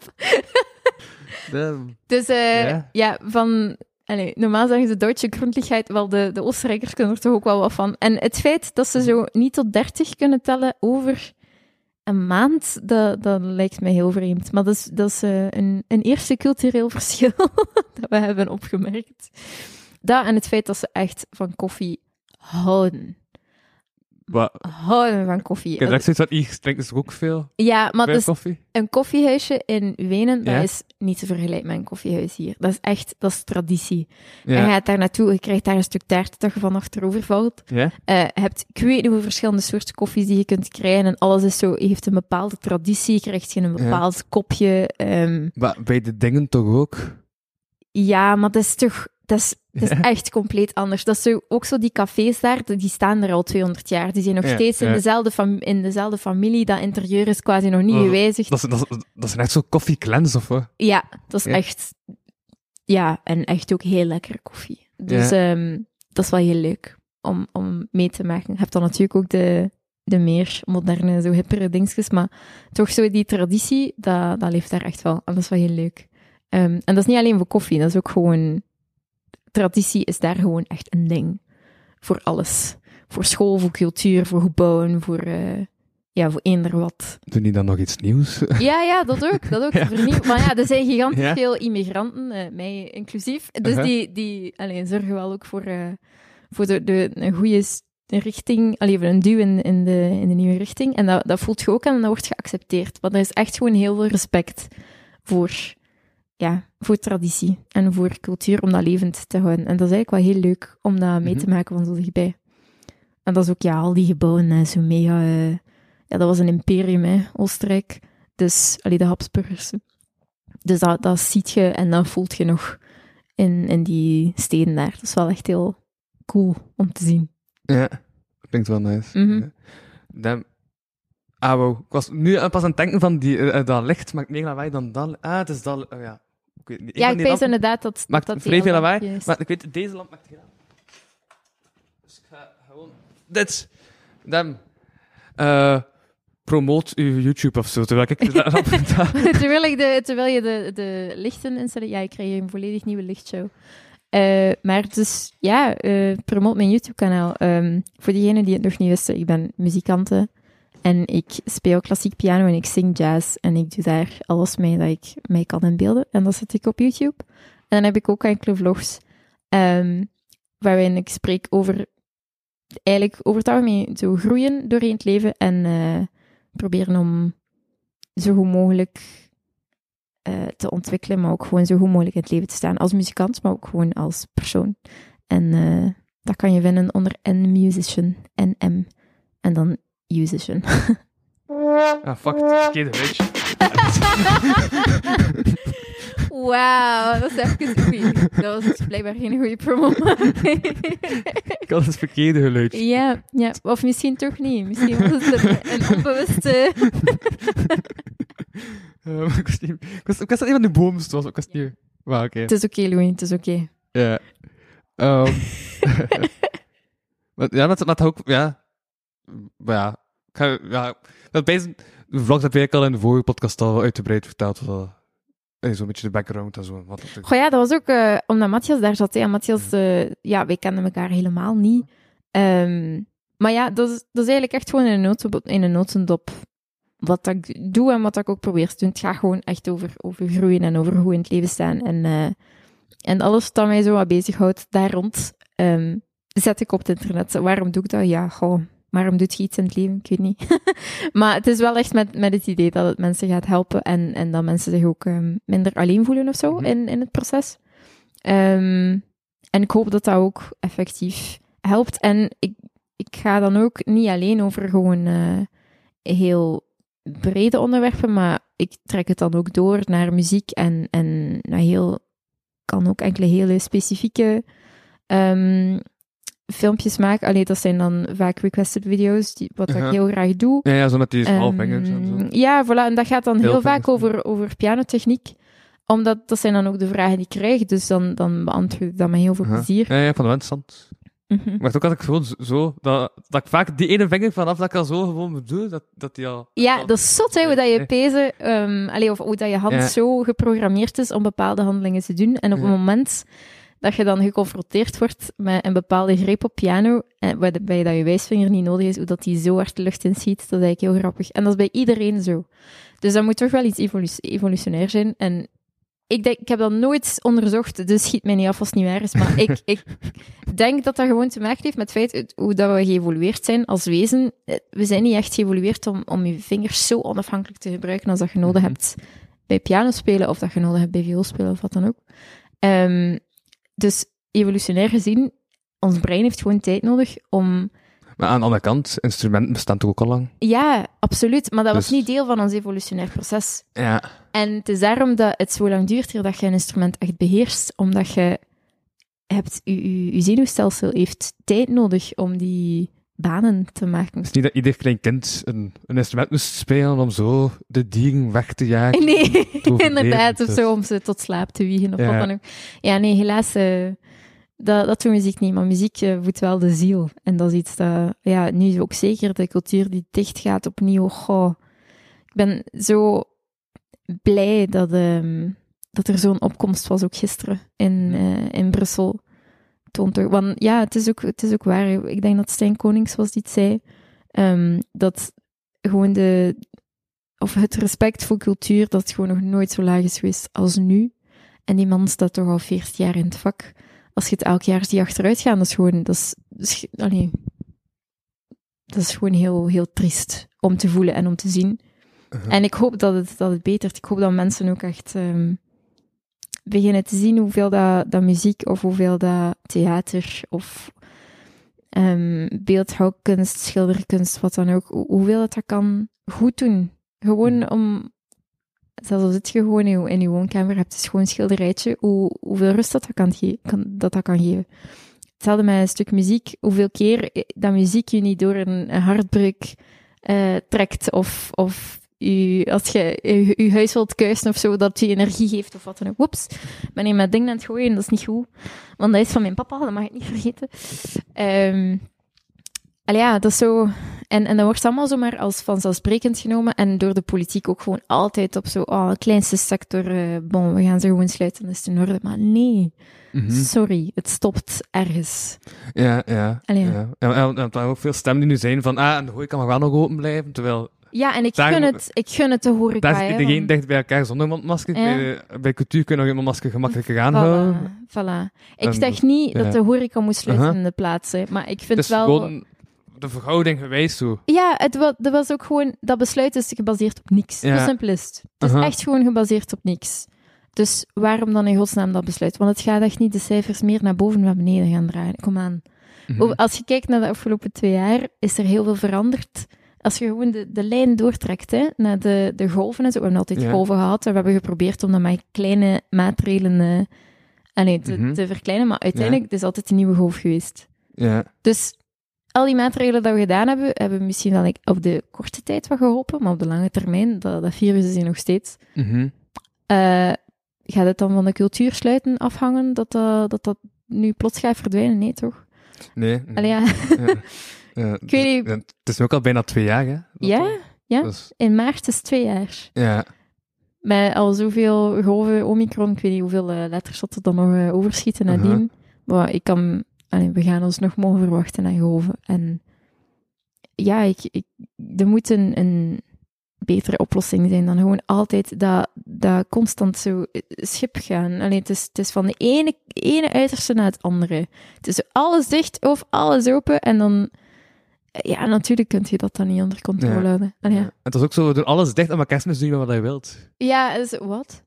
Dus van... normaal zeggen ze Duitse grondelijkheid, wel de Oostenrijkers kunnen er toch ook wel wat van. En het feit dat ze zo niet tot 30 kunnen tellen over een maand, dat lijkt mij heel vreemd. Maar dat is een eerste cultureel verschil dat we hebben opgemerkt. Dat en het feit dat ze echt van koffie houden. Houden van koffie. Ik heb direct zoiets van, ik drink dus ook veel. Ja, maar dus koffie. Een koffiehuisje in Wenen, dat is niet te vergelijken met een koffiehuis hier. Dat is traditie. Ja. En je gaat daar naartoe, je krijgt daar een stuk taart dat je van achterover valt. Ja. Je hebt, ik weet niet hoeveel verschillende soorten koffies die je kunt krijgen. En alles is zo, heeft een bepaalde traditie. Je krijgt geen bepaald kopje. Maar bij de dingen toch ook? Ja, maar dat is toch... Dat is echt compleet anders. Dat is ook zo, die cafés daar, die staan er al 200 jaar. Die zijn nog steeds in dezelfde familie. Dat interieur is quasi nog niet gewijzigd. Dat is echt zo'n koffie-cleanse, of wat? Ja, dat is echt... Ja, en echt ook heel lekkere koffie. Dus dat is wel heel leuk om mee te maken. Je hebt dan natuurlijk ook de meer moderne, zo hippere dingetjes, maar toch zo die traditie, dat leeft daar echt wel. En dat is wel heel leuk. En dat is niet alleen voor koffie, dat is ook gewoon... Traditie is daar gewoon echt een ding. Voor alles. Voor school, voor cultuur, voor gebouwen, voor eender wat. Doen die dan nog iets nieuws? Ja, dat ook. Vernieuwd. Maar er zijn gigantisch veel immigranten, mij inclusief. Dus die zorgen wel ook voor een goede richting, een duw in de nieuwe richting. En dat voelt je ook aan en dat wordt geaccepteerd. Want er is echt gewoon heel veel respect voor traditie en voor cultuur om dat levend te houden. En dat is eigenlijk wel heel leuk om dat mee te maken van zo dichtbij. En dat is ook, al die gebouwen, zo mega... dat was een imperium, hè, Oostenrijk. Dus, de Habsburgers. Dus dat ziet je en dat voelt je nog in die steden daar. Dat is wel echt heel cool om te zien. Ja, klinkt wel nice. Mhm. Ja. Wow. Ik was nu pas aan het denken van dat licht maakt meer lawaai dan dat. Het is dat... ja. Ik weet niet. Ik weet inderdaad dat maakt vrij veel lawaai. Maar ik weet, deze lamp maakt geen lawaai. Dus ik ga gewoon... Dit. Promoot uw YouTube of zo, terwijl ik... terwijl je de lichten installeert. Ja, ik krijg hier een volledig nieuwe lichtshow. Maar dus, promoot mijn YouTube-kanaal. Voor diegenen die het nog niet wisten, ik ben muzikante. En ik speel klassiek piano en ik zing jazz. En ik doe daar alles mee dat ik mij kan inbeelden. En dat zet ik op YouTube. En dan heb ik ook enkele vlogs waarin ik spreek over het algemeen zo groeien doorheen het leven. En proberen om zo goed mogelijk te ontwikkelen, maar ook gewoon zo goed mogelijk in het leven te staan. Als muzikant, maar ook gewoon als persoon. En dat kan je vinden onder N-musician, N-M. En dan musician. Fuck it. Verkeerde geluidje. Wauw, dat is even goeie. Dat was dus blijkbaar geen goede promo. Ik had het verkeerde geluidje. Ja, of misschien toch niet. Misschien was het een onbewuste... Ik was dat een van de boomst was. Ik was niet... Wow, oké. Het is oké, Louis, het is oké. Ja. Maar ook... Ja. Maar ja. De vlogs heb ik al in de vorige podcast al uitgebreid verteld. Zo'n beetje de background en zo. Dat was ook omdat Matthias daar zat. En Matthias, wij kenden elkaar helemaal niet. Maar ja, dat is eigenlijk echt gewoon in een notendop wat ik doe en wat ik ook probeer te doen. Het gaat gewoon echt over groeien en over hoe in het leven staan. En alles dat mij zo wat bezighoudt daar rond, zet ik op het internet. Waarom doe ik dat? Ja, waarom doe je iets in het leven? Ik weet niet. Maar het is wel echt met het idee dat het mensen gaat helpen en dat mensen zich ook minder alleen voelen of zo in het proces. En ik hoop dat dat ook effectief helpt. En ik ga dan ook niet alleen over gewoon heel brede onderwerpen, maar ik trek het dan ook door naar muziek en kan ook enkele hele specifieke filmpjes maken. Dat zijn dan vaak requested video's, wat ik heel graag doe. Ja, zo met die halfvingers en zo. Ja, voilà. En dat gaat dan heel vaak over pianotechniek. Omdat dat zijn dan ook de vragen die ik krijg. Dus dan beantwoord ik dat met heel veel plezier. Ja, van de interessant. Maar ook had ik gewoon zo... Dat ik vaak die ene vinger vanaf dat ik al zo gewoon doe, dat die al... Ja, dat is zot, hè, hoe dat je pezen... of hoe dat je hand zo geprogrammeerd is om bepaalde handelingen te doen. En op het moment dat je dan geconfronteerd wordt met een bepaalde greep op piano, waarbij dat je wijsvinger niet nodig is, hoe dat die zo hard de lucht inschiet, dat is eigenlijk heel grappig. En dat is bij iedereen zo. Dus dat moet toch wel iets evolutionair zijn. En ik heb dat nooit onderzocht, dus schiet mij niet af als het niet waar is. Maar ik denk dat dat gewoon te maken heeft met het feit hoe dat we geëvolueerd zijn als wezen. We zijn niet echt geëvolueerd om je vingers zo onafhankelijk te gebruiken als dat je nodig hebt bij pianospelen, of dat je nodig hebt bij vioolspelen, of wat dan ook. Dus evolutionair gezien, ons brein heeft gewoon tijd nodig om... Maar aan de andere kant, instrumenten bestaan toch ook al lang? Ja, absoluut. Maar dat was niet deel van ons evolutionair proces. Ja. En het is daarom dat het zo lang duurt eer dat je een instrument echt beheerst, omdat je zenuwstelsel heeft tijd nodig om die banen te maken. Het is niet dat ieder klein kind een instrument moest spelen om zo de dieren weg te jagen. Nee, inderdaad. Of zo, om ze tot slaap te wiegen, of wat dan ook. Ja, nee, helaas... Dat doet muziek niet, maar muziek voedt wel de ziel. En dat is iets dat, nu ook zeker, de cultuur die dicht gaat opnieuw. Goh, ik ben zo blij dat er zo'n opkomst was, ook gisteren in Brussel. Want ja, het is ook waar. Ik denk dat Stijn Konings was die het zei. Dat gewoon het respect voor cultuur, dat het gewoon nog nooit zo laag is geweest als nu. En die man staat toch al 40 jaar in het vak. Als je het elk jaar ziet achteruit gaan, dat is gewoon... dat is gewoon heel, heel triest om te voelen en om te zien. En ik hoop dat het betert. Ik hoop dat mensen ook echt beginnen te zien hoeveel dat muziek of hoeveel dat theater of beeldhouwkunst, schilderkunst, wat dan ook, hoeveel dat kan goed doen. Gewoon om, zelfs al zit je gewoon in je woonkamer, hebt een schoon schilderijtje, hoeveel rust dat kan geven. Hetzelfde met een stuk muziek, hoeveel keer dat muziek je niet door een hartbreuk trekt, of als je je huis wilt kuisen of zo, dat je energie geeft of wat dan ook. Woeps, ik ben hier met dingen aan het gooien, dat is niet goed. Want dat is van mijn papa, dat mag ik niet vergeten. Ja, dat is zo... En dat wordt allemaal zomaar als vanzelfsprekend genomen en door de politiek ook gewoon altijd op zo, de kleinste sector, we gaan ze gewoon sluiten, dat is in orde. Maar nee, sorry, het stopt ergens. Ja. En er waren ook veel stemmen die nu zijn van, en de horeca mag wel nog open blijven, terwijl... Ja, en ik gun het de horeca. Daar is iedereen dicht bij elkaar zonder mondmasker. Ja. Bij cultuur kun je nog een mondmasker gemakkelijker aanhouden. Voilà. Ik zeg niet dat de horeca moet sluiten in de plaats, maar ik vind wel... Gewoon de verhouding gewijs zo. Ja, dat was ook gewoon... Dat besluit is gebaseerd op niks. Hoe simpel is het? Het is echt gewoon gebaseerd op niks. Dus waarom dan in godsnaam dat besluit? Want het gaat echt niet de cijfers meer naar boven en naar beneden gaan draaien. Kom aan. Als je kijkt naar de afgelopen 2 jaar, is er heel veel veranderd. Als je gewoon de lijn doortrekt, naar de golven en zo. We hebben altijd golven gehad en we hebben geprobeerd om dat met kleine maatregelen te verkleinen. Maar uiteindelijk het is altijd een nieuwe golf geweest. Ja. Dus al die maatregelen dat we gedaan hebben misschien wel op de korte tijd wat geholpen, maar op de lange termijn, dat virus is hier nog steeds. Gaat het dan van de cultuur sluiten afhangen dat nu plots gaat verdwijnen? Nee, toch? Nee. Allee, ja. Ik weet niet. Het is ook al bijna 2 jaar, hè? Ja. Dus... In maart is 2 jaar. Ja. Met al zoveel golven, Omicron, ik weet niet hoeveel letters dat er dan nog overschieten nadien. Maar we gaan ons nog mogen verwachten naar golven. En ja, er moet een betere oplossing zijn dan gewoon altijd dat constant zo schip gaan. Het is van de ene uiterste naar het andere. Het is alles dicht of alles open en dan... Ja, natuurlijk kun je dat dan niet onder controle houden. Ja. Het is ook zo, we doen alles dicht en maar kerstmis doen wat je wilt. Ja, dus, wat?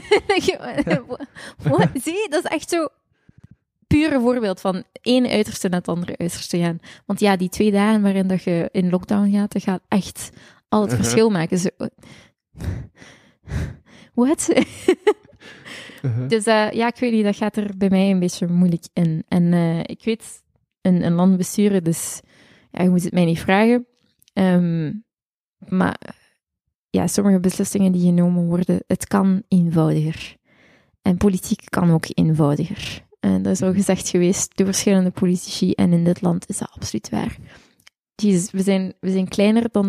Zie, dat is echt zo pure voorbeeld van één uiterste naar het andere uiterste gaan. Want ja, die 2 dagen waarin dat je in lockdown gaat, dat gaat echt al het verschil maken. Zo... Wat? Dus ik weet niet, dat gaat er bij mij een beetje moeilijk in. En ik weet, een land besturen, dus... Ja, je moet het mij niet vragen. Maar ja, sommige beslissingen die genomen worden, het kan eenvoudiger. En politiek kan ook eenvoudiger. Dat is al gezegd geweest door verschillende politici. En in dit land is dat absoluut waar. Jezus, we zijn kleiner dan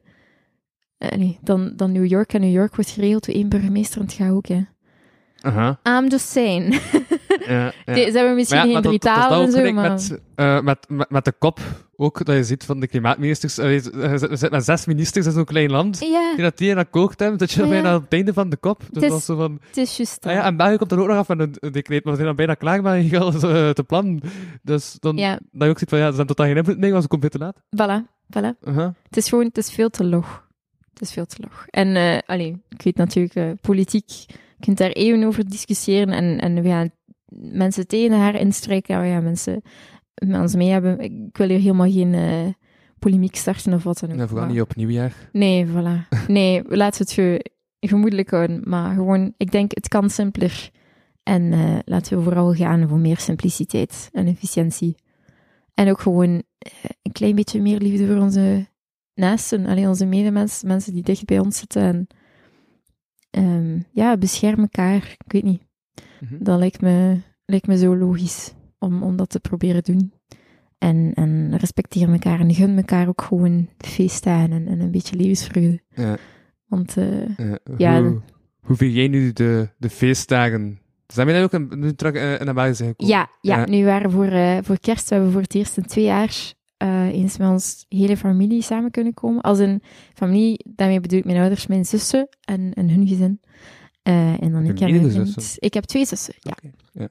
dan New York. En New York wordt geregeld door 1 burgemeester en het gaat ook, hè. I'm just saying. Ze hebben misschien geen 3 talen en zo, maar... Met de kop ook, dat je ziet van de klimaatministers. We zitten met 6 ministers in zo'n klein land. Ja. Die een akkoord hebben, dat je bijna aan het einde van de kop. Dus dat is zo van... Het is juist. En België komt er ook nog af van een decreet, maar we zijn dan bijna klaar met alles te plannen. Dus dan dat je ook ziet van, ze zijn totaal geen invloed mee, want ze komt veel te laat. Voilà. Het is veel te log. En, ik weet natuurlijk, politiek... Je kunt daar eeuwen over discussiëren en we gaan mensen tegen haar instrijken. We gaan mensen met ons mee hebben. Ik wil hier helemaal geen polemiek starten of wat dan ook. Nee, vooral niet op nieuwjaar. Nee, voilà. Nee, laten we het gemoedelijk houden. Maar gewoon, ik denk, het kan simpeler. En laten we vooral gaan voor meer simpliciteit en efficiëntie. En ook gewoon een klein beetje meer liefde voor onze naasten. Alleen onze medemens, mensen die dicht bij ons zitten. En bescherm elkaar. Ik weet niet. Dat lijkt me zo logisch om dat te proberen doen. En respecteer elkaar en gun elkaar ook gewoon feestdagen en een beetje levensvreugde. Ja. Want, hoe vier jij nu de feestdagen? Zijn we dan ook in de België gekomen? Ja, nu waren voor kerst, we hebben voor het eerst in 2 jaar eens met ons hele familie samen kunnen komen. Als een familie, daarmee bedoel ik mijn ouders, mijn zussen en hun gezin. En dan ik en ik heb 2 zussen, ja. Okay,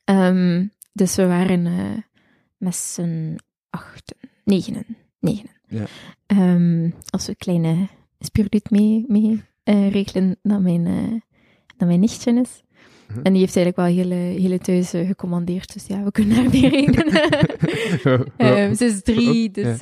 ja. Dus we waren met z'n 9. Ja. Als we een kleine spiritus mee regelen dat mijn nichtje is. En die heeft eigenlijk wel hele thuis gecommandeerd. Dus ja, we kunnen haar mee rekenen. Ze is 3, dus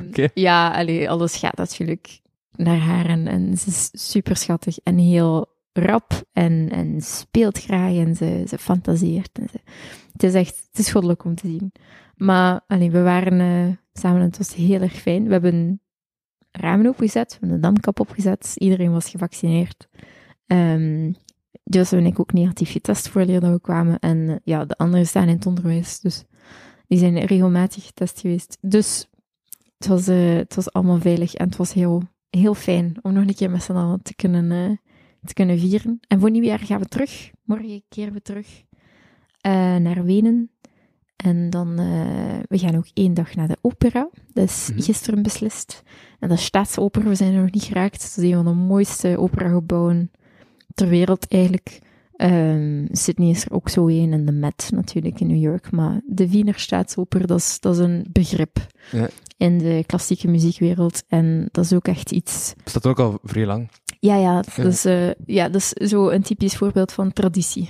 alles gaat natuurlijk naar haar. En ze is super schattig en heel rap en speelt graag en ze fantaseert. En het is goddelijk om te zien. Maar we waren samen en het was heel erg fijn. We hebben ramen opgezet, we hebben de damkap opgezet. Iedereen was gevaccineerd. Joseph en ik ook negatief getest voordat we kwamen. En de anderen staan in het onderwijs. Dus die zijn regelmatig getest geweest. Dus het was allemaal veilig. En het was heel, heel fijn om nog een keer met z'n allen te kunnen vieren. En voor nieuwjaar gaan we terug. Morgen keren we terug naar Wenen. En dan, we gaan ook 1 dag naar de opera. Dat is gisteren beslist. En dat is Staatsoper. We zijn er nog niet geraakt. Dat is een van de mooiste operagebouwen ter wereld eigenlijk. Sydney is er ook zo een en de Met natuurlijk in New York. Maar de Wiener Staatsoper, dat is een begrip in de klassieke muziekwereld. En dat is ook echt iets... Bestaat ook al vrij lang. Ja. Dat is zo een typisch voorbeeld van traditie.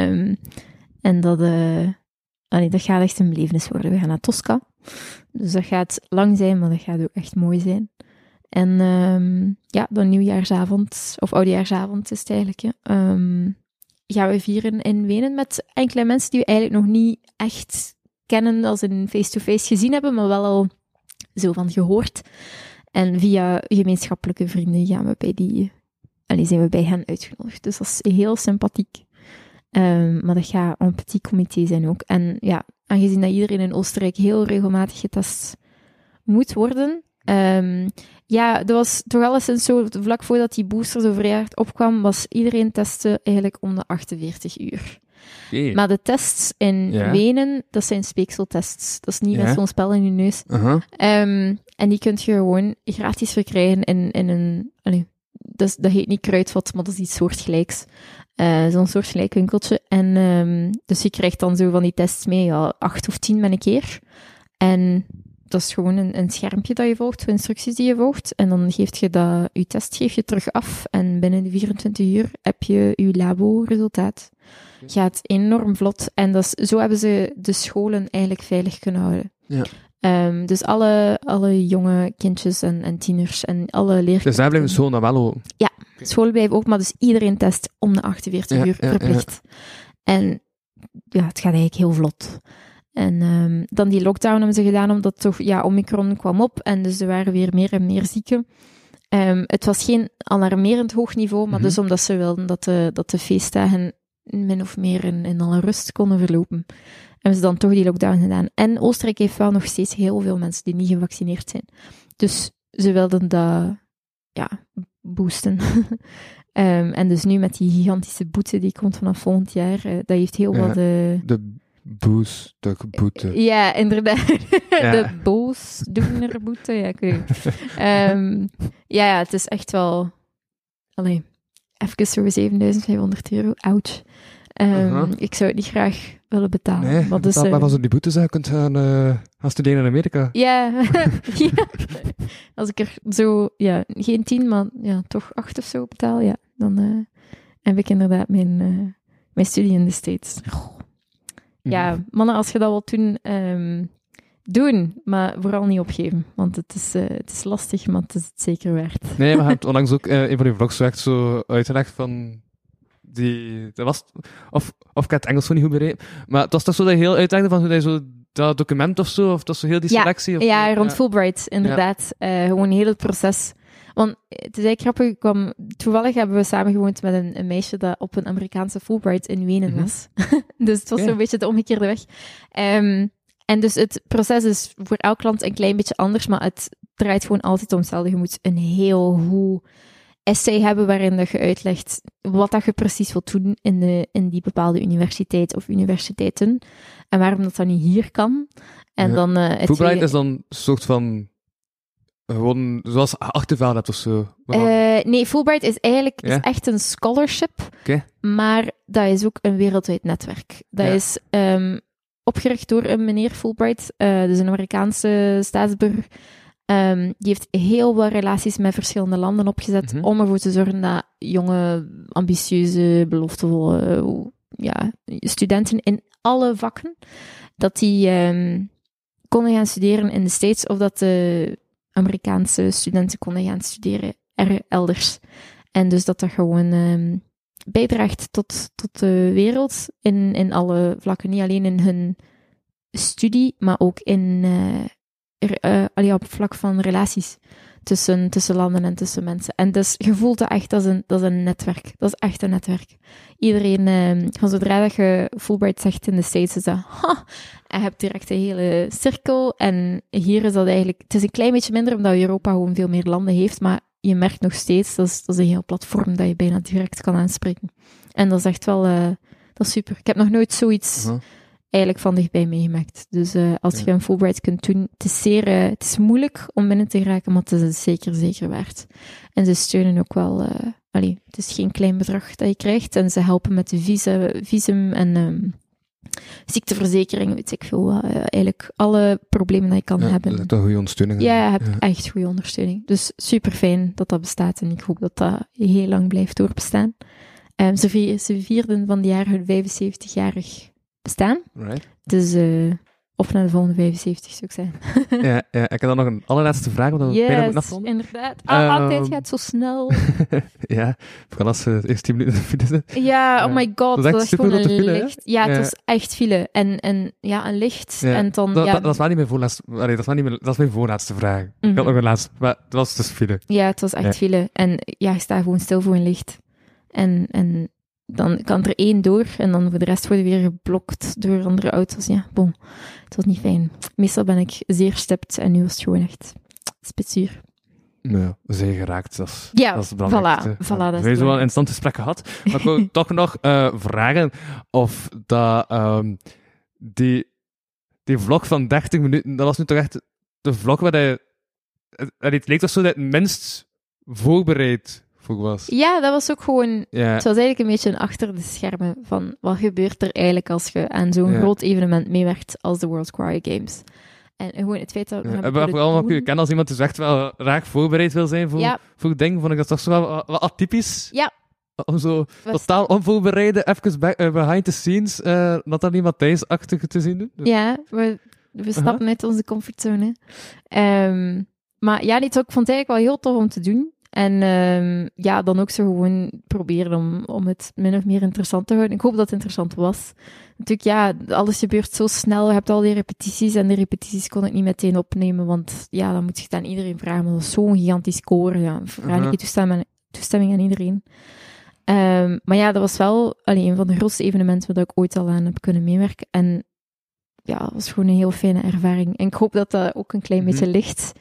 En dat gaat echt een belevenis worden. We gaan naar Tosca. Dus dat gaat lang zijn, maar dat gaat ook echt mooi zijn. En dan nieuwjaarsavond, of oudejaarsavond is het eigenlijk, gaan we vieren in Wenen met enkele mensen die we eigenlijk nog niet echt kennen als in face-to-face gezien hebben, maar wel al zo van gehoord. En via gemeenschappelijke vrienden zijn we bij hen uitgenodigd. Dus dat is heel sympathiek. Maar dat gaat een petit comité zijn ook. En ja, aangezien dat iedereen in Oostenrijk heel regelmatig getest moet worden... dat was toch alleszins zo, vlak voordat die booster zo vrij hard opkwam, was iedereen testen eigenlijk om de 48 uur. Okay. Maar de tests in Wenen, dat zijn speekseltests. Dat is niet met zo'n spel in je neus. En die kun je gewoon gratis verkrijgen in een... dat heet niet kruidvat, maar dat is iets soortgelijks. Zo'n soortgelijk winkeltje. En dus je krijgt dan zo van die tests mee, 8 of 10 met een keer. En dat is gewoon een schermpje dat je volgt, instructies die je volgt. En dan geeft je je test terug af. En binnen de 24 uur heb je je labo-resultaat. Gaat enorm vlot. En zo hebben ze de scholen eigenlijk veilig kunnen houden. Ja. Dus alle jonge kindjes en tieners en alle leerkrachten... Dus daar blijven scholen dan wel open? Ja, scholen blijven open, maar dus iedereen test om de 48 uur verplicht. En ja, het gaat eigenlijk heel vlot. En dan die lockdown hebben ze gedaan, omdat toch, Omicron kwam op en dus er waren weer meer en meer zieken. Het was geen alarmerend hoog niveau, maar dus omdat ze wilden dat de feestdagen min of meer in alle rust konden verlopen, hebben ze dan toch die lockdown gedaan. En Oostenrijk heeft wel nog steeds heel veel mensen die niet gevaccineerd zijn. Dus ze wilden dat, boosten. En dus nu met die gigantische boete die komt vanaf volgend jaar, dat heeft heel wat... De boete. Ja, inderdaad. De boosdoenerboete, ik weet niet. Het is echt wel... Allee, even zo €7.500. Ouch. Ik zou het niet graag willen betalen. Nee, maar dus, als je die boete zou kunt gaan studeren in Amerika. Ja. Als ik er zo, geen 10, maar toch 8 of zo betaal, dan heb ik inderdaad mijn studie in de States. Ja, mannen, als je dat wilt doen, doen, maar vooral niet opgeven. Want het is lastig, maar het is het zeker waard. Nee, maar je hebt onlangs ook een van die vlogs zo echt zo uitgelegd van... dat was... Of ik heb het Engels zo niet goed begrepen. Maar het was toch zo dat je heel uitlegde van hoe hij zo... Dat document of zo, of dat zo heel die selectie? Rond Fulbright, inderdaad. Gewoon heel het proces. Want het is eigenlijk grappig, toevallig hebben we samengewoond met een meisje dat op een Amerikaanse Fulbright in Wenen was. Dus het was zo'n beetje de omgekeerde weg. En dus het proces is voor elk land een klein beetje anders, maar het draait gewoon altijd om hetzelfde. Je moet een heel goed essay hebben waarin dat je uitlegt wat dat je precies wilt doen in die bepaalde universiteit of universiteiten. En waarom dat dan niet hier kan. En dan... Fulbright is dan een soort van... Gewoon zoals achterveld hebt of zo? Nee, Fulbright is eigenlijk is echt een scholarship. Maar dat is ook een wereldwijd netwerk. Dat is opgericht door een meneer Fulbright. Dus een Amerikaanse staatsburger. Die heeft heel wat relaties met verschillende landen opgezet om ervoor te zorgen dat jonge, ambitieuze, beloftevolle studenten in alle vakken, dat die konden gaan studeren in de States of dat de Amerikaanse studenten konden gaan studeren elders. En dus dat gewoon bijdraagt tot de wereld in alle vlakken. Niet alleen in hun studie, maar ook op het vlak van relaties tussen landen en tussen mensen. En dus je voelt dat echt, dat is een netwerk. Dat is echt een netwerk. Iedereen, van zodra dat je Fulbright zegt in de States, is dat, en je hebt direct een hele cirkel. En hier is dat eigenlijk, het is een klein beetje minder, omdat Europa gewoon veel meer landen heeft, maar je merkt nog steeds, dat is een heel platform dat je bijna direct kan aanspreken. En dat is echt wel, dat is super. Ik heb nog nooit zoiets eigenlijk van dichtbij meegemaakt. Dus als je een Fulbright kunt doen, het is moeilijk om binnen te geraken, maar het is zeker waard. En ze steunen ook wel, het is geen klein bedrag dat je krijgt, en ze helpen met de visum en ziekteverzekering, weet ik veel. Eigenlijk alle problemen dat je kan hebben. Dat is een goede ondersteuning. Ja, je hebt echt goede ondersteuning. Dus super fijn dat dat bestaat, en ik hoop dat dat heel lang blijft doorbestaan. Ze vierden van die jaar hun 75-jarig bestaan. Right. Dus of naar de volgende 75, zou ik zeggen. ja, ik heb dan nog een allerlaatste vraag, want we bijna moeten afronden. Inderdaad. Altijd gaat het zo snel. Ja, vooral als ze eerst 10 minuten file zitten. Ja, oh my god, dat is gewoon een file, licht. Ja, het was echt file. En een licht. Ja. En dan, dat was wel niet mijn voorlaatste... dat is mijn voorlaatste vraag. Ik had nog een laatste, maar het was dus file. Ja, het was echt file. En ja, je staat gewoon stil voor een licht. En dan kan er één door, en dan voor de rest worden weer geblokt door andere auto's. Ja, bon. Het was niet fijn. Meestal ben ik zeer stipt, en nu was het gewoon echt spitsuur. Ja, zeer geraakt. Dat is het belangrijkste. Voilà, we hebben zo wel een instant gesprek gehad. Maar ik wil toch nog vragen of dat die vlog van 30 minuten, dat was nu toch echt de vlog waar het leek toch zo dat het minst voorbereid voor was. Ja, dat was ook gewoon... Ja. Het was eigenlijk een beetje een achter de schermen van wat gebeurt er eigenlijk als je aan zo'n groot evenement meewerkt als de World Choir Games. En gewoon het feit dat... We hebben allemaal kunnen kennen als iemand dus echt wel graag voorbereid wil zijn voor dingen. Vond ik dat toch zo wel atypisch. Ja. Om zo totaal onvoorbereide, even behind the scenes, Nathalie Matthijs-achtig te zien doen. Ja, we stappen uit onze comfortzone. Maar ja, ik vond het eigenlijk wel heel tof om te doen. En dan ook zo gewoon proberen om het min of meer interessant te houden. Ik hoop dat het interessant was. Natuurlijk, alles gebeurt zo snel. Je hebt al die repetities, en de repetities kon ik niet meteen opnemen, want dan moet je het aan iedereen vragen. Maar dat is zo'n gigantisch koor. Ja, vraag ik toestemming aan iedereen. Maar ja, dat was wel een van de grootste evenementen waar ik ooit al aan heb kunnen meewerken. En ja, dat was gewoon een heel fijne ervaring. En ik hoop dat dat ook een klein beetje licht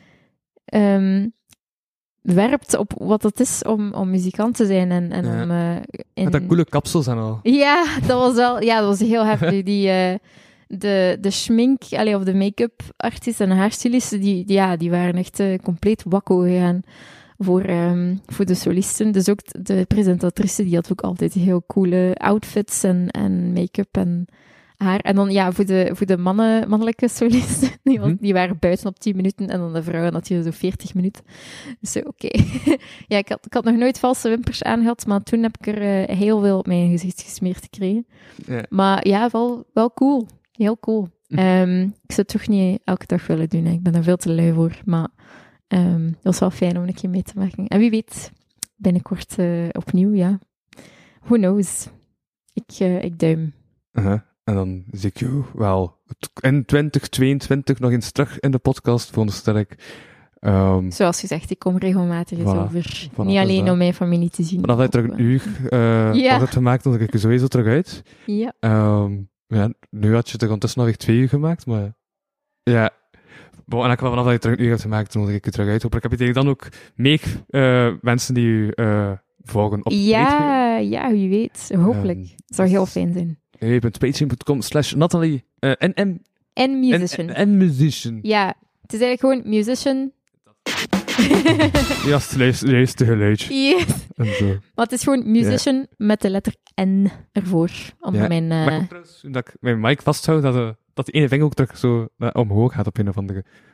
werpt op wat het is om muzikant te zijn. En met dat coole kapsels en al. Ja, dat was heel heftig. De schmink, of de make-up artiesten en haarstylisten, die waren echt compleet wakko gegaan voor de solisten. Dus ook de presentatrice, die had ook altijd heel coole outfits en make-up en haar. En dan voor de mannelijke solisten, die waren buiten op 10 minuten, en dan de vrouwen natuurlijk zo 40 minuten. Dus oké. Ja, ik had nog nooit valse wimpers aangehad, maar toen heb ik er heel veel op mijn gezicht gesmeerd gekregen. Ja. Maar ja, wel cool. Heel cool. Ik zou het toch niet elke dag willen doen. Hè. Ik ben er veel te lui voor, maar het was wel fijn om een keer mee te maken. En wie weet, binnenkort opnieuw, ja. Who knows? Ik duim. En dan zie ik jou wel in 2022 nog eens terug in de podcast, veronderstel ik. Zoals gezegd, ik kom regelmatig eens over. Niet alleen om mijn familie te zien. Vanaf dat je terug een uur had het gemaakt, dan kijk ik sowieso terug uit. Ja. Nu had je het ondertussen nog 2 uur gemaakt, maar ja. En vanaf dat je terug een uur hebt gemaakt, dan kijk ik er terug uit. Hopelijk heb je dan ook meer mensen die u volgen op Ja, wie weet. Hopelijk. Het zou heel fijn zijn. www.patreon.com/Nathalie en musician. En musician. Ja, het is eigenlijk gewoon musician. Ja, het juiste geluidje. Yes. Maar het is gewoon musician met de letter N ervoor. Maar ik trouwens, dat ik mijn mic vasthoud, dat die ene vinger ook terug zo omhoog gaat op een of andere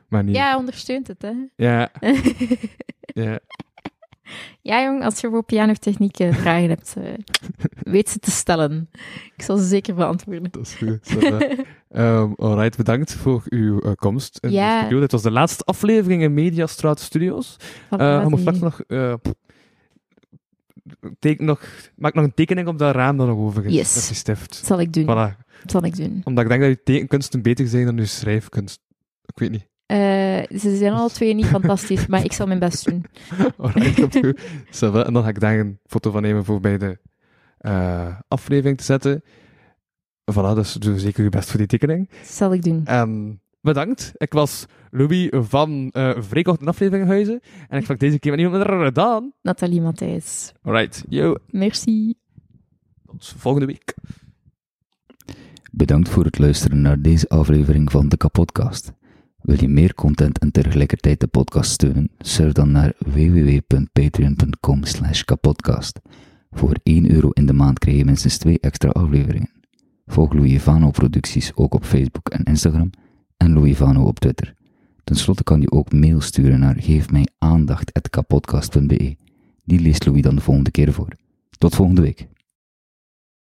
manier. Ja, hij ondersteunt het, hè. Ja. Ja. Ja, jong, als je voor pianotechniek vragen hebt, weet ze te stellen. Ik zal ze zeker beantwoorden. Dat is goed. Alright, bedankt voor uw komst in Ja. de studio. Dit was de laatste aflevering in Mediastraat Studios. Je moet straks nog... maak nog een tekening op dat raam dat nog over is. Yes. Met die stift. Dat zal ik doen. Voilà. Dat zal ik doen. Omdat ik denk dat je tekenkunsten beter zijn dan je schrijfkunst. Ik weet niet. Ze zijn alle twee niet fantastisch, maar ik zal mijn best doen. Alright, komt goed. Ça va. En dan ga ik daar een foto van nemen voor bij de aflevering te zetten. Voilà, dus doe zeker je best voor die tekening. Dat zal ik doen. Bedankt. Ik was Louis van Vreekocht en Afleveringhuizen. En ik sprak deze keer met iemand anders dan... Nathalie Matthijs. Alright, yo. Merci. Tot volgende week. Bedankt voor het luisteren naar deze aflevering van de Kapodcast. Wil je meer content en tegelijkertijd de podcast steunen? Surf dan naar www.patreon.com/kapodcast. Voor €1 in de maand krijg je minstens 2 extra afleveringen. Volg Louis Vano producties ook op Facebook en Instagram en Louis Vano op Twitter. Ten slotte kan je ook mail sturen naar geefmijaandacht@kapodcast.be. Die leest Louis dan de volgende keer voor. Tot volgende week.